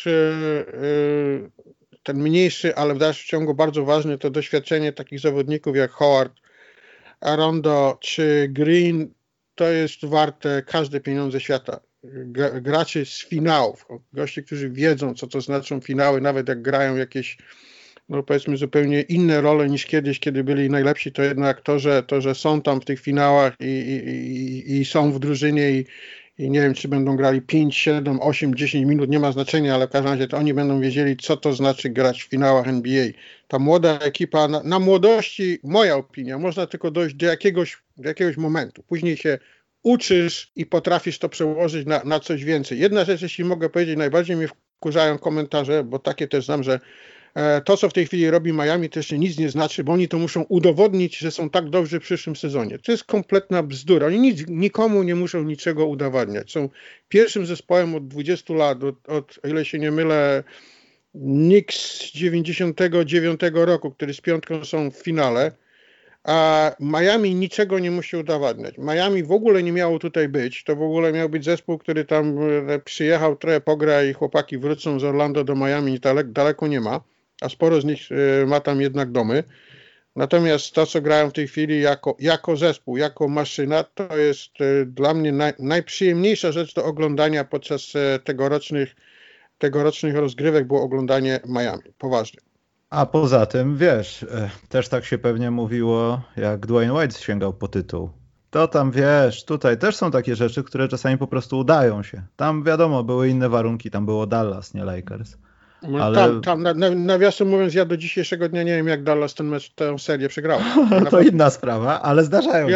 ten mniejszy, ale w dalszym ciągu bardzo ważny, to doświadczenie takich zawodników jak Howard, Rondo czy Green, to jest warte każde pieniądze świata. Graczy z finałów, goście, którzy wiedzą, co to znaczą finały, nawet jak grają jakieś, no powiedzmy, zupełnie inne role niż kiedyś, kiedy byli najlepsi, to jednak to, że są tam w tych finałach i są w drużynie i nie wiem, czy będą grali 5, 7, 8, 10 minut, nie ma znaczenia, ale w każdym razie to oni będą wiedzieli, co to znaczy grać w finałach NBA. Ta młoda ekipa, na młodości, moja opinia, można tylko dojść do jakiegoś momentu. Później się uczysz i potrafisz to przełożyć na coś więcej. Jedna rzecz, jeśli mogę powiedzieć, najbardziej mnie wkurzają komentarze, bo takie też znam, że to, co w tej chwili robi Miami, to jeszcze nic nie znaczy, bo oni to muszą udowodnić, że są tak dobrzy w przyszłym sezonie. To jest kompletna bzdura. Oni nikomu nie muszą niczego udowadniać. Są pierwszym zespołem od 20 lat, od o ile się nie mylę, Knicks z 99 roku, który z piątką są w finale, a Miami niczego nie musi udowadniać. Miami w ogóle nie miało tutaj być. To w ogóle miał być zespół, który tam przyjechał, trochę pogra i chłopaki wrócą z Orlando do Miami, daleko nie ma, a sporo z nich ma tam jednak domy. Natomiast to, co grają w tej chwili jako zespół, jako maszyna, to jest dla mnie najprzyjemniejsza rzecz do oglądania podczas tegorocznych rozgrywek, było oglądanie Miami. Poważnie. A poza tym, wiesz, też tak się pewnie mówiło, jak Dwayne Wade sięgał po tytuł. To tam, wiesz, tutaj też są takie rzeczy, które czasami po prostu udają się. Tam wiadomo, były inne warunki, tam było Dallas, nie Lakers. Ale... Tam nawiasem mówiąc, ja do dzisiejszego dnia nie wiem, jak Dallas tę serię przegrał. To inna sprawa, ale zdarzają się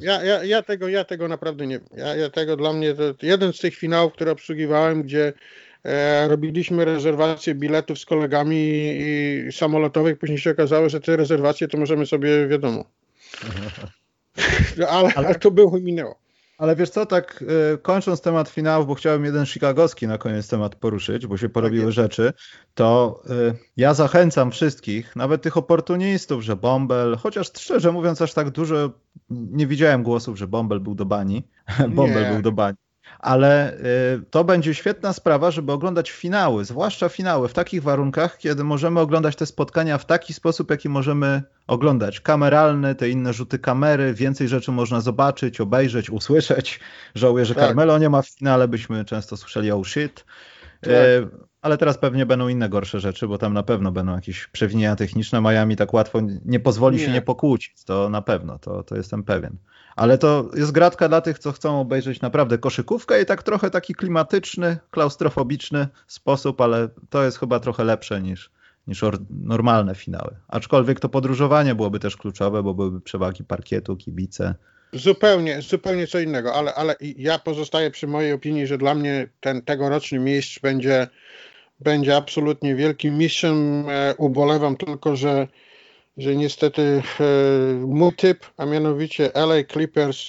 Ja tego naprawdę nie wiem. Ja tego, dla mnie to jeden z tych finałów, które obsługiwałem, gdzie robiliśmy rezerwację biletów z kolegami i samolotowych, później się okazało, że te rezerwacje to możemy sobie, wiadomo. ale to było i minęło. Ale wiesz co, tak kończąc temat finałów, bo chciałem jeden chicagowski na koniec temat poruszyć, bo się porobiły rzeczy, to ja zachęcam wszystkich, nawet tych oportunistów, że Bumble, chociaż szczerze mówiąc aż tak dużo nie widziałem głosów, że Bumble był do bani. Bumble był do bani. Ale to będzie świetna sprawa, żeby oglądać finały, zwłaszcza finały w takich warunkach, kiedy możemy oglądać te spotkania w taki sposób, jaki możemy oglądać. Kameralny, te inne rzuty kamery, więcej rzeczy można zobaczyć, obejrzeć, usłyszeć. Żałuję, że Carmelo nie ma w finale, byśmy często słyszeli oh shit. Tak. Ale teraz pewnie będą inne gorsze rzeczy, bo tam na pewno będą jakieś przewinienia techniczne. Miami tak łatwo nie pozwoli się nie pokłócić, to na pewno, to jestem pewien. Ale to jest gratka dla tych, co chcą obejrzeć naprawdę koszykówkę i tak trochę taki klimatyczny, klaustrofobiczny sposób, ale to jest chyba trochę lepsze niż normalne finały. Aczkolwiek to podróżowanie byłoby też kluczowe, bo byłyby przewagi parkietu, kibice. Zupełnie co innego, ale ja pozostaję przy mojej opinii, że dla mnie ten tegoroczny mistrz będzie absolutnie wielkim mistrzem. Ubolewam tylko, że niestety mój typ, a mianowicie LA Clippers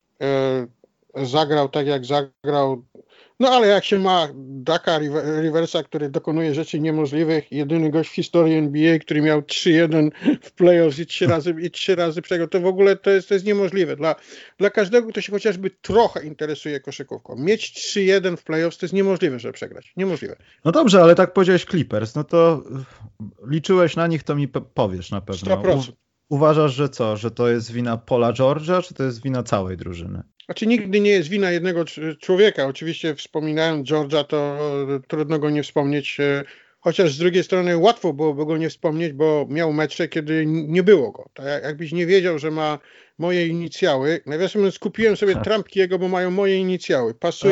zagrał tak jak zagrał, no ale jak się ma Ducka Riversa, który dokonuje rzeczy niemożliwych, jedyny gość w historii NBA, który miał 3-1 w playoffs i trzy razy przegrał, to w ogóle to jest niemożliwe. Dla każdego, kto się chociażby trochę interesuje koszykówką. Mieć 3-1 w playoffs to jest niemożliwe, żeby przegrać. Niemożliwe. No dobrze, ale tak powiedziałeś Clippers, no to liczyłeś na nich, to mi powiesz na pewno. 100%. Uważasz, że co? Że to jest wina Paula George'a, czy to jest wina całej drużyny? Znaczy nigdy nie jest wina jednego człowieka. Oczywiście wspominając George'a, to trudno go nie wspomnieć, chociaż z drugiej strony łatwo byłoby go nie wspomnieć, bo miał mecze, kiedy nie było go. To jakbyś nie wiedział, że ma moje inicjały, nawiasem mówiąc, kupiłem sobie trampki jego, bo mają moje inicjały.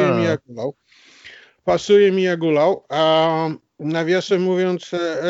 Pasuje mi jak ulał, a nawiasem mówiąc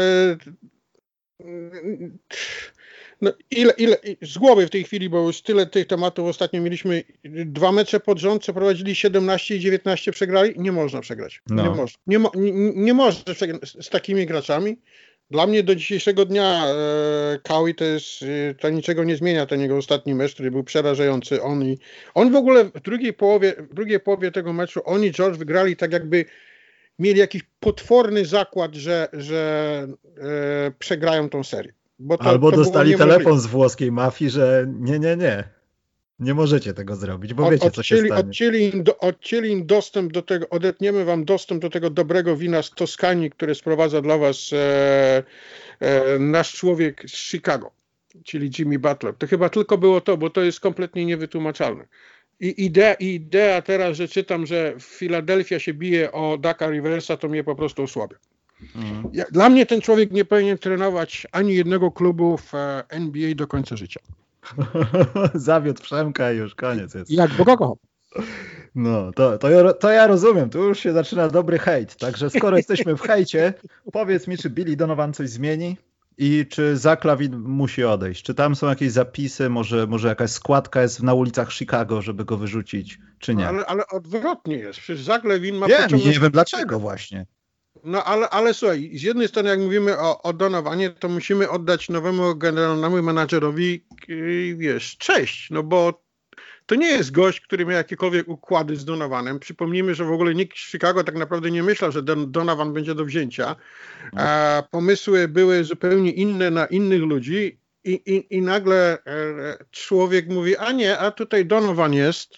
no z głowy w tej chwili, bo już tyle tych tematów ostatnio mieliśmy, 2 mecze pod rząd, przeprowadzili 17 i 19 przegrali, nie można przegrać. No. Nie można przegrać z takimi graczami. Dla mnie do dzisiejszego dnia Kawhi to niczego nie zmienia, ten jego ostatni mecz, który był przerażający. On w ogóle w drugiej połowie tego meczu, oni George wygrali tak jakby mieli jakiś potworny zakład, że przegrają tą serię. Albo dostali telefon z włoskiej mafii, że nie możecie tego zrobić, bo wiecie, co się stanie. Odcięli im dostęp do tego, odetniemy wam dostęp do tego dobrego wina z Toskanii, które sprowadza dla was nasz człowiek z Chicago, czyli Jimmy Butler. To chyba tylko było to, bo to jest kompletnie niewytłumaczalne. I idea teraz, że czytam, że Filadelfia się bije o Ducka Riversa, to mnie po prostu osłabia. Dla mnie ten człowiek nie powinien trenować ani jednego klubu w NBA do końca życia. Zawiódł Przemka i już koniec jest. Jak Boga kocham. No, to ja rozumiem, tu już się zaczyna dobry hejt, także skoro jesteśmy w hejcie, powiedz mi, czy Billy Donovan coś zmieni i czy Zach LaVine musi odejść? Czy tam są jakieś zapisy, może jakaś składka jest na ulicach Chicago, żeby go wyrzucić, czy nie? Ale odwrotnie jest, przecież Zach LaVine ma nie wiem dlaczego właśnie. No ale słuchaj, z jednej strony jak mówimy o Donovanie, to musimy oddać nowemu generalnemu menadżerowi, wiesz, cześć, no bo to nie jest gość, który miał jakiekolwiek układy z Donovanem. Przypomnijmy, że w ogóle nikt w Chicago tak naprawdę nie myślał, że Donovan będzie do wzięcia. Pomysły były zupełnie inne na innych ludzi i nagle człowiek mówi, a tutaj Donovan jest,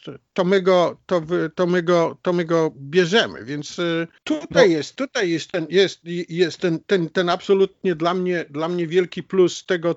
to my go bierzemy, więc tutaj jest ten absolutnie dla mnie wielki plus tego,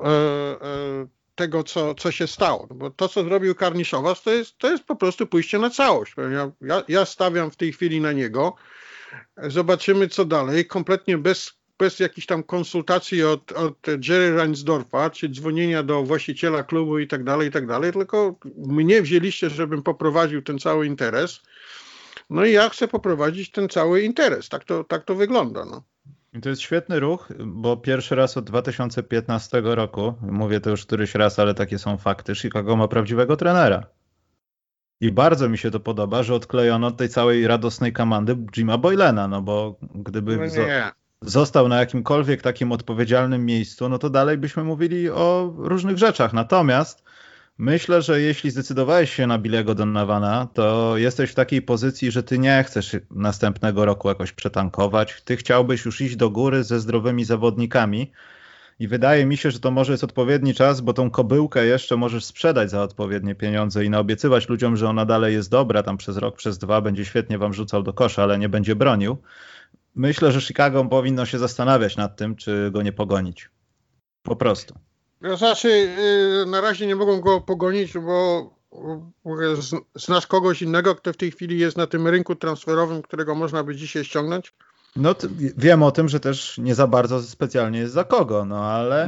co się stało, bo to, co zrobił Karniszowas, to jest po prostu pójście na całość. Ja stawiam w tej chwili na niego, zobaczymy co dalej, kompletnie bez jakichś tam konsultacji od Jerry Reinsdorfa, czy dzwonienia do właściciela klubu i tak dalej, tylko mnie wzięliście, żebym poprowadził ten cały interes, no i ja chcę poprowadzić ten cały interes, tak to wygląda, no. I to jest świetny ruch, bo pierwszy raz od 2015 roku, mówię to już któryś raz, ale takie są fakty, Chicago ma prawdziwego trenera. I bardzo mi się to podoba, że odklejono od tej całej radosnej komandy Jima Boylena, no bo gdyby został na jakimkolwiek takim odpowiedzialnym miejscu, no to dalej byśmy mówili o różnych rzeczach. Natomiast myślę, że jeśli zdecydowałeś się na Billy'ego Donovana, to jesteś w takiej pozycji, że ty nie chcesz następnego roku jakoś przetankować. Ty chciałbyś już iść do góry ze zdrowymi zawodnikami. I wydaje mi się, że to może jest odpowiedni czas, bo tą kobyłkę jeszcze możesz sprzedać za odpowiednie pieniądze i naobiecywać ludziom, że ona dalej jest dobra, tam przez rok, przez 2 będzie świetnie wam rzucał do kosza, ale nie będzie bronił. Myślę, że Chicago powinno się zastanawiać nad tym, czy go nie pogonić. Po prostu. Znaczy, na razie nie mogą go pogonić, bo znasz kogoś innego, kto w tej chwili jest na tym rynku transferowym, którego można by dzisiaj ściągnąć? No wiem o tym, że też nie za bardzo specjalnie jest za kogo, no ale...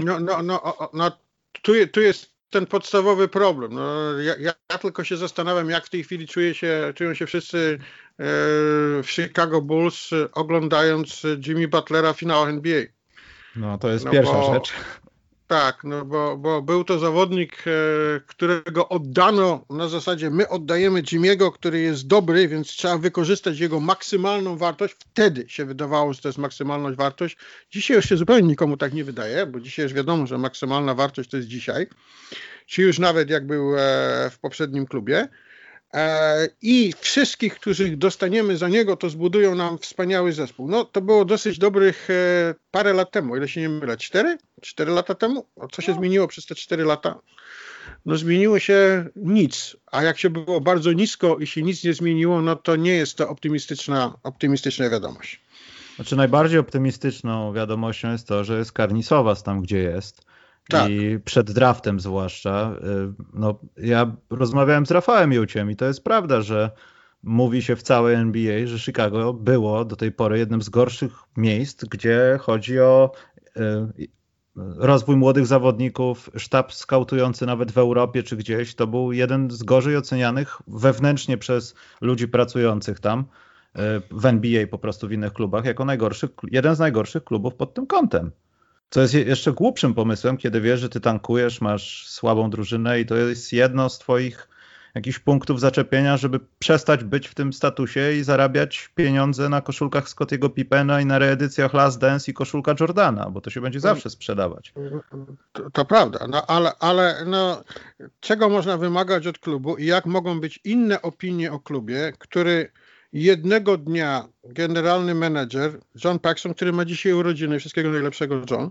Tu jest ten podstawowy problem. No, ja tylko się zastanawiam, jak w tej chwili czują się wszyscy w Chicago Bulls, oglądając Jimmy Butlera finał NBA. No to jest pierwsza rzecz. Tak, no bo był to zawodnik, którego oddano na zasadzie my oddajemy Jimmy'ego, który jest dobry, więc trzeba wykorzystać jego maksymalną wartość. Wtedy się wydawało, że to jest maksymalna wartość. Dzisiaj już się zupełnie nikomu tak nie wydaje, bo dzisiaj już wiadomo, że maksymalna wartość to jest dzisiaj. Czy już nawet jak był w poprzednim klubie. I wszystkich, których dostaniemy za niego, to zbudują nam wspaniały zespół. No to było dosyć dobrych parę lat temu, o ile się nie mylę, 4 lata temu? Co się zmieniło przez te 4 lata? No zmieniło się nic, a jak się było bardzo nisko i się nic nie zmieniło, no to nie jest to optymistyczna wiadomość. Znaczy najbardziej optymistyczną wiadomością jest to, że jest Karnisowas tam, gdzie jest. Tak. I przed draftem zwłaszcza, no ja rozmawiałem z Rafałem Juciem i to jest prawda, że mówi się w całej NBA, że Chicago było do tej pory jednym z gorszych miejsc, gdzie chodzi o rozwój młodych zawodników, sztab skautujący nawet w Europie czy gdzieś, to był jeden z gorzej ocenianych wewnętrznie przez ludzi pracujących tam w NBA po prostu w innych klubach, jako jeden z najgorszych klubów pod tym kątem. Co jest jeszcze głupszym pomysłem, kiedy wiesz, że ty tankujesz, masz słabą drużynę i to jest jedno z twoich jakichś punktów zaczepienia, żeby przestać być w tym statusie i zarabiać pieniądze na koszulkach Scottiego Pippena i na reedycjach Last Dance i koszulka Jordana, bo to się będzie zawsze sprzedawać. To prawda, no ale czego można wymagać od klubu i jak mogą być inne opinie o klubie, który jednego dnia generalny menedżer John Paxson, który ma dzisiaj urodziny, wszystkiego najlepszego John,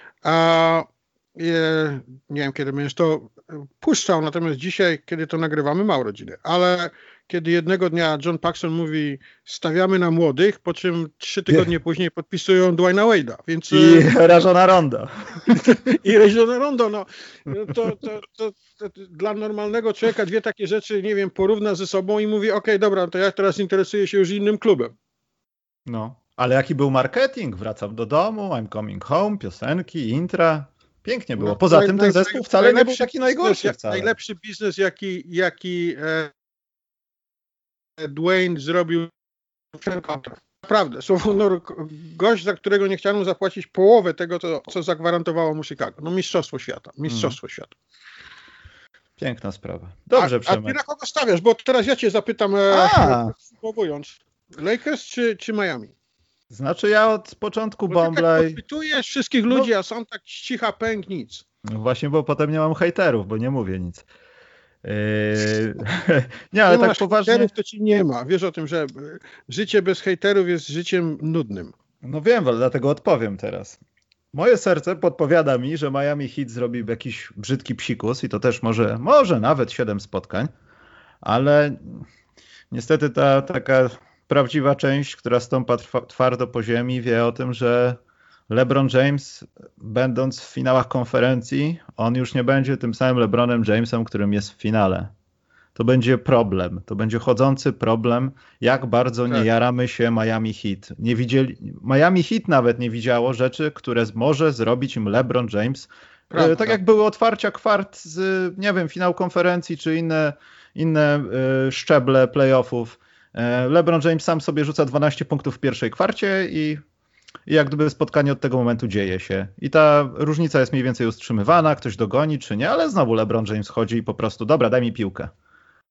nie wiem kiedy będziesz to puszczał, natomiast dzisiaj, kiedy to nagrywamy, ma urodziny, ale kiedy jednego dnia John Paxson mówi stawiamy na młodych, po czym 3 tygodnie później podpisują Dwayna Wade'a. Więc, i Rajona Rondo. I Rajona Rondo, no. To dla normalnego człowieka dwie takie rzeczy, nie wiem, porówna ze sobą i mówi okej, dobra, to ja teraz interesuję się już innym klubem. No, ale jaki był marketing? Wracam do domu, I'm coming home, piosenki, intra. Pięknie było. Poza tym ten zespół wcale nie był taki najgorszy. Najlepszy biznes, jaki Dwayne zrobił w kontrakt. Naprawdę. Gość, za którego nie chciano zapłacić połowę tego, co zagwarantowało mu Chicago. No mistrzostwo świata. Świata. Piękna sprawa. Dobrze, Przemek. A ty na kogo stawiasz? Bo teraz ja cię zapytam, podsumowując. Lakers czy Miami? Znaczy ja od początku Bąbla... Tak podpytujesz wszystkich ludzi, a są tak cicha pęk, nic. No właśnie, bo potem nie mam hejterów, bo nie mówię nic. Nie, ale tak poważnie... Hejterów to ci nie ma. Wiesz o tym, że życie bez hejterów jest życiem nudnym. No wiem, ale dlatego odpowiem teraz. Moje serce podpowiada mi, że Miami Heat zrobi jakiś brzydki psikus i to też może nawet 7 spotkań, ale niestety ta taka prawdziwa część, która stąpa twardo po ziemi, wie o tym, że LeBron James, będąc w finałach konferencji, on już nie będzie tym samym LeBronem Jamesem, którym jest w finale. To będzie problem. To będzie chodzący problem, jak bardzo nie jaramy się Miami Heat. Miami Heat nawet nie widziało rzeczy, które może zrobić im LeBron James. Prawda. Tak jak były otwarcia kwart z, nie wiem, finał konferencji, czy inne szczeble playoffów. LeBron James sam sobie rzuca 12 punktów w pierwszej kwarcie i jak gdyby spotkanie od tego momentu dzieje się. I ta różnica jest mniej więcej utrzymywana, ktoś dogoni czy nie, ale znowu LeBron James chodzi i po prostu dobra, daj mi piłkę.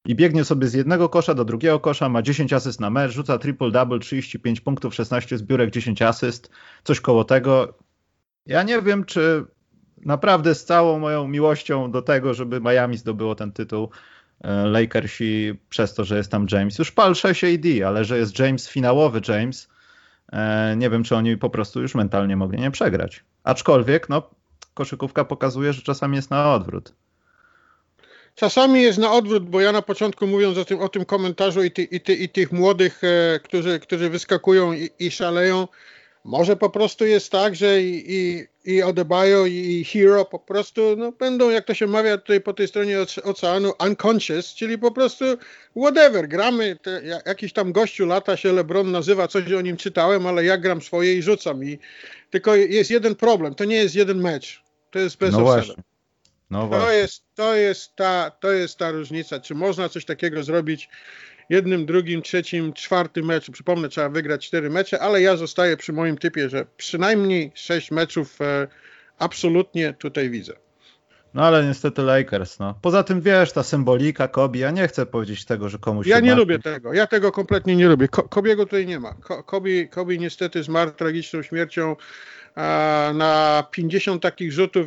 i biegnie sobie z jednego kosza do drugiego kosza, ma 10 asyst na mecz, rzuca triple-double, 35 punktów, 16 zbiórek, 10 asyst, coś koło tego. Ja nie wiem, czy naprawdę z całą moją miłością do tego, żeby Miami zdobyło ten tytuł, Lakersi przez to, że jest tam James. Już pal 6 AD, ale że jest James, finałowy James, nie wiem, czy oni po prostu już mentalnie mogli nie przegrać. Aczkolwiek, no, koszykówka pokazuje, że czasami jest na odwrót. Czasami jest na odwrót, bo ja na początku, mówiąc o tym komentarzu i tych młodych, którzy wyskakują i szaleją, może po prostu jest tak, że i Adebayo i Hero po prostu będą, jak to się mawia tutaj po tej stronie oceanu, unconscious, czyli po prostu whatever, gramy, jakiś tam gościu lata się LeBron nazywa, coś o nim czytałem, ale ja gram swoje i rzucam. Tylko jest jeden problem, to nie jest jeden mecz, to jest bez offsetu. No właśnie. To jest ta różnica, czy można coś takiego zrobić jednym, drugim, trzecim, czwartym meczu. Przypomnę, trzeba wygrać 4 mecze, ale ja zostaję przy moim typie, że przynajmniej 6 meczów absolutnie tutaj widzę. No ale niestety Lakers, no. Poza tym, wiesz, ta symbolika Kobe, ja nie chcę powiedzieć tego, że komuś Ja się nie lubię tego, ja tego kompletnie nie lubię. Kobiego tutaj nie ma. Kobe niestety zmarł tragiczną śmiercią na 50 takich rzutów,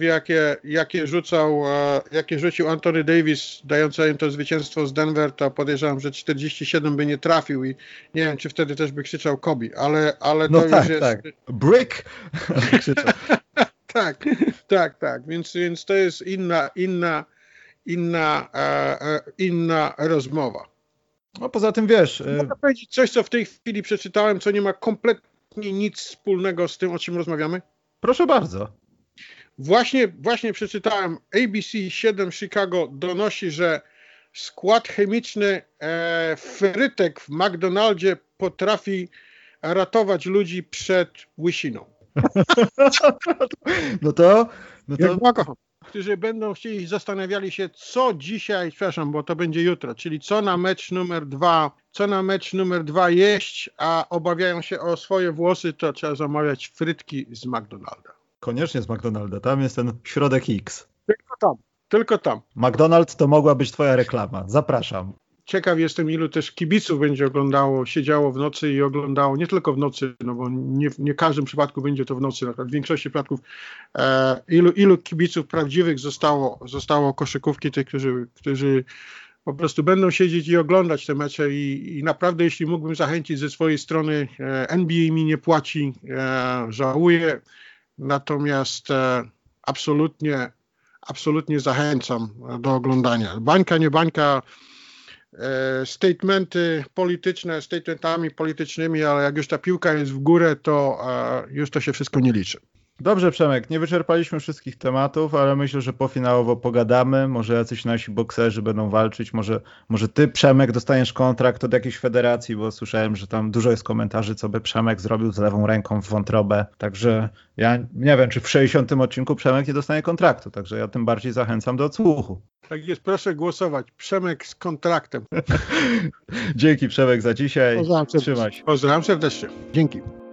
jakie rzucił Anthony Davis, dający im to zwycięstwo z Denver, to podejrzewam, że 47 by nie trafił i nie wiem, czy wtedy też by krzyczał Kobe, ale no to tak, już jest... tak. Brick! krzyczał. Tak. Więc to jest inna rozmowa. No poza tym, wiesz... Mogę powiedzieć coś, co w tej chwili przeczytałem, co nie ma kompletnie nic wspólnego z tym, o czym rozmawiamy? Proszę bardzo. Właśnie przeczytałem, ABC 7 Chicago donosi, że skład chemiczny frytek w McDonaldzie potrafi ratować ludzi przed łysiną. No to... Którzy będą chcieli, zastanawiali się, co dzisiaj, przepraszam, bo to będzie jutro, czyli co na mecz numer 2 jeść, a obawiają się o swoje włosy, to trzeba zamawiać frytki z McDonalda. Koniecznie z McDonalda, tam jest ten środek X. Tylko tam. McDonald's to mogła być twoja reklama, zapraszam. Ciekaw jestem, ilu też kibiców będzie siedziało w nocy i oglądało, nie tylko w nocy, no bo nie w każdym przypadku będzie to w nocy, w większości przypadków ilu kibiców prawdziwych zostało koszykówki, tych, którzy po prostu będą siedzieć i oglądać te mecze i naprawdę, jeśli mógłbym zachęcić ze swojej strony, NBA mi nie płaci, żałuję, natomiast absolutnie zachęcam do oglądania. Bańka, nie bańka, statementami politycznymi, ale jak już ta piłka jest w górę, to już to się wszystko nie liczy. Dobrze, Przemek, nie wyczerpaliśmy wszystkich tematów, ale myślę, że pofinałowo pogadamy. Może jacyś nasi bokserzy będą walczyć, może ty, Przemek, dostaniesz kontrakt od jakiejś federacji, bo słyszałem, że tam dużo jest komentarzy, co by Przemek zrobił z lewą ręką w wątrobę. Także ja nie wiem, czy w 60. odcinku Przemek nie dostanie kontraktu, także ja tym bardziej zachęcam do odsłuchu. Tak jest, proszę głosować. Przemek z kontraktem. Dzięki, Przemek, za dzisiaj. Trzymaj się. Pozdrawiam serdecznie. Dzięki.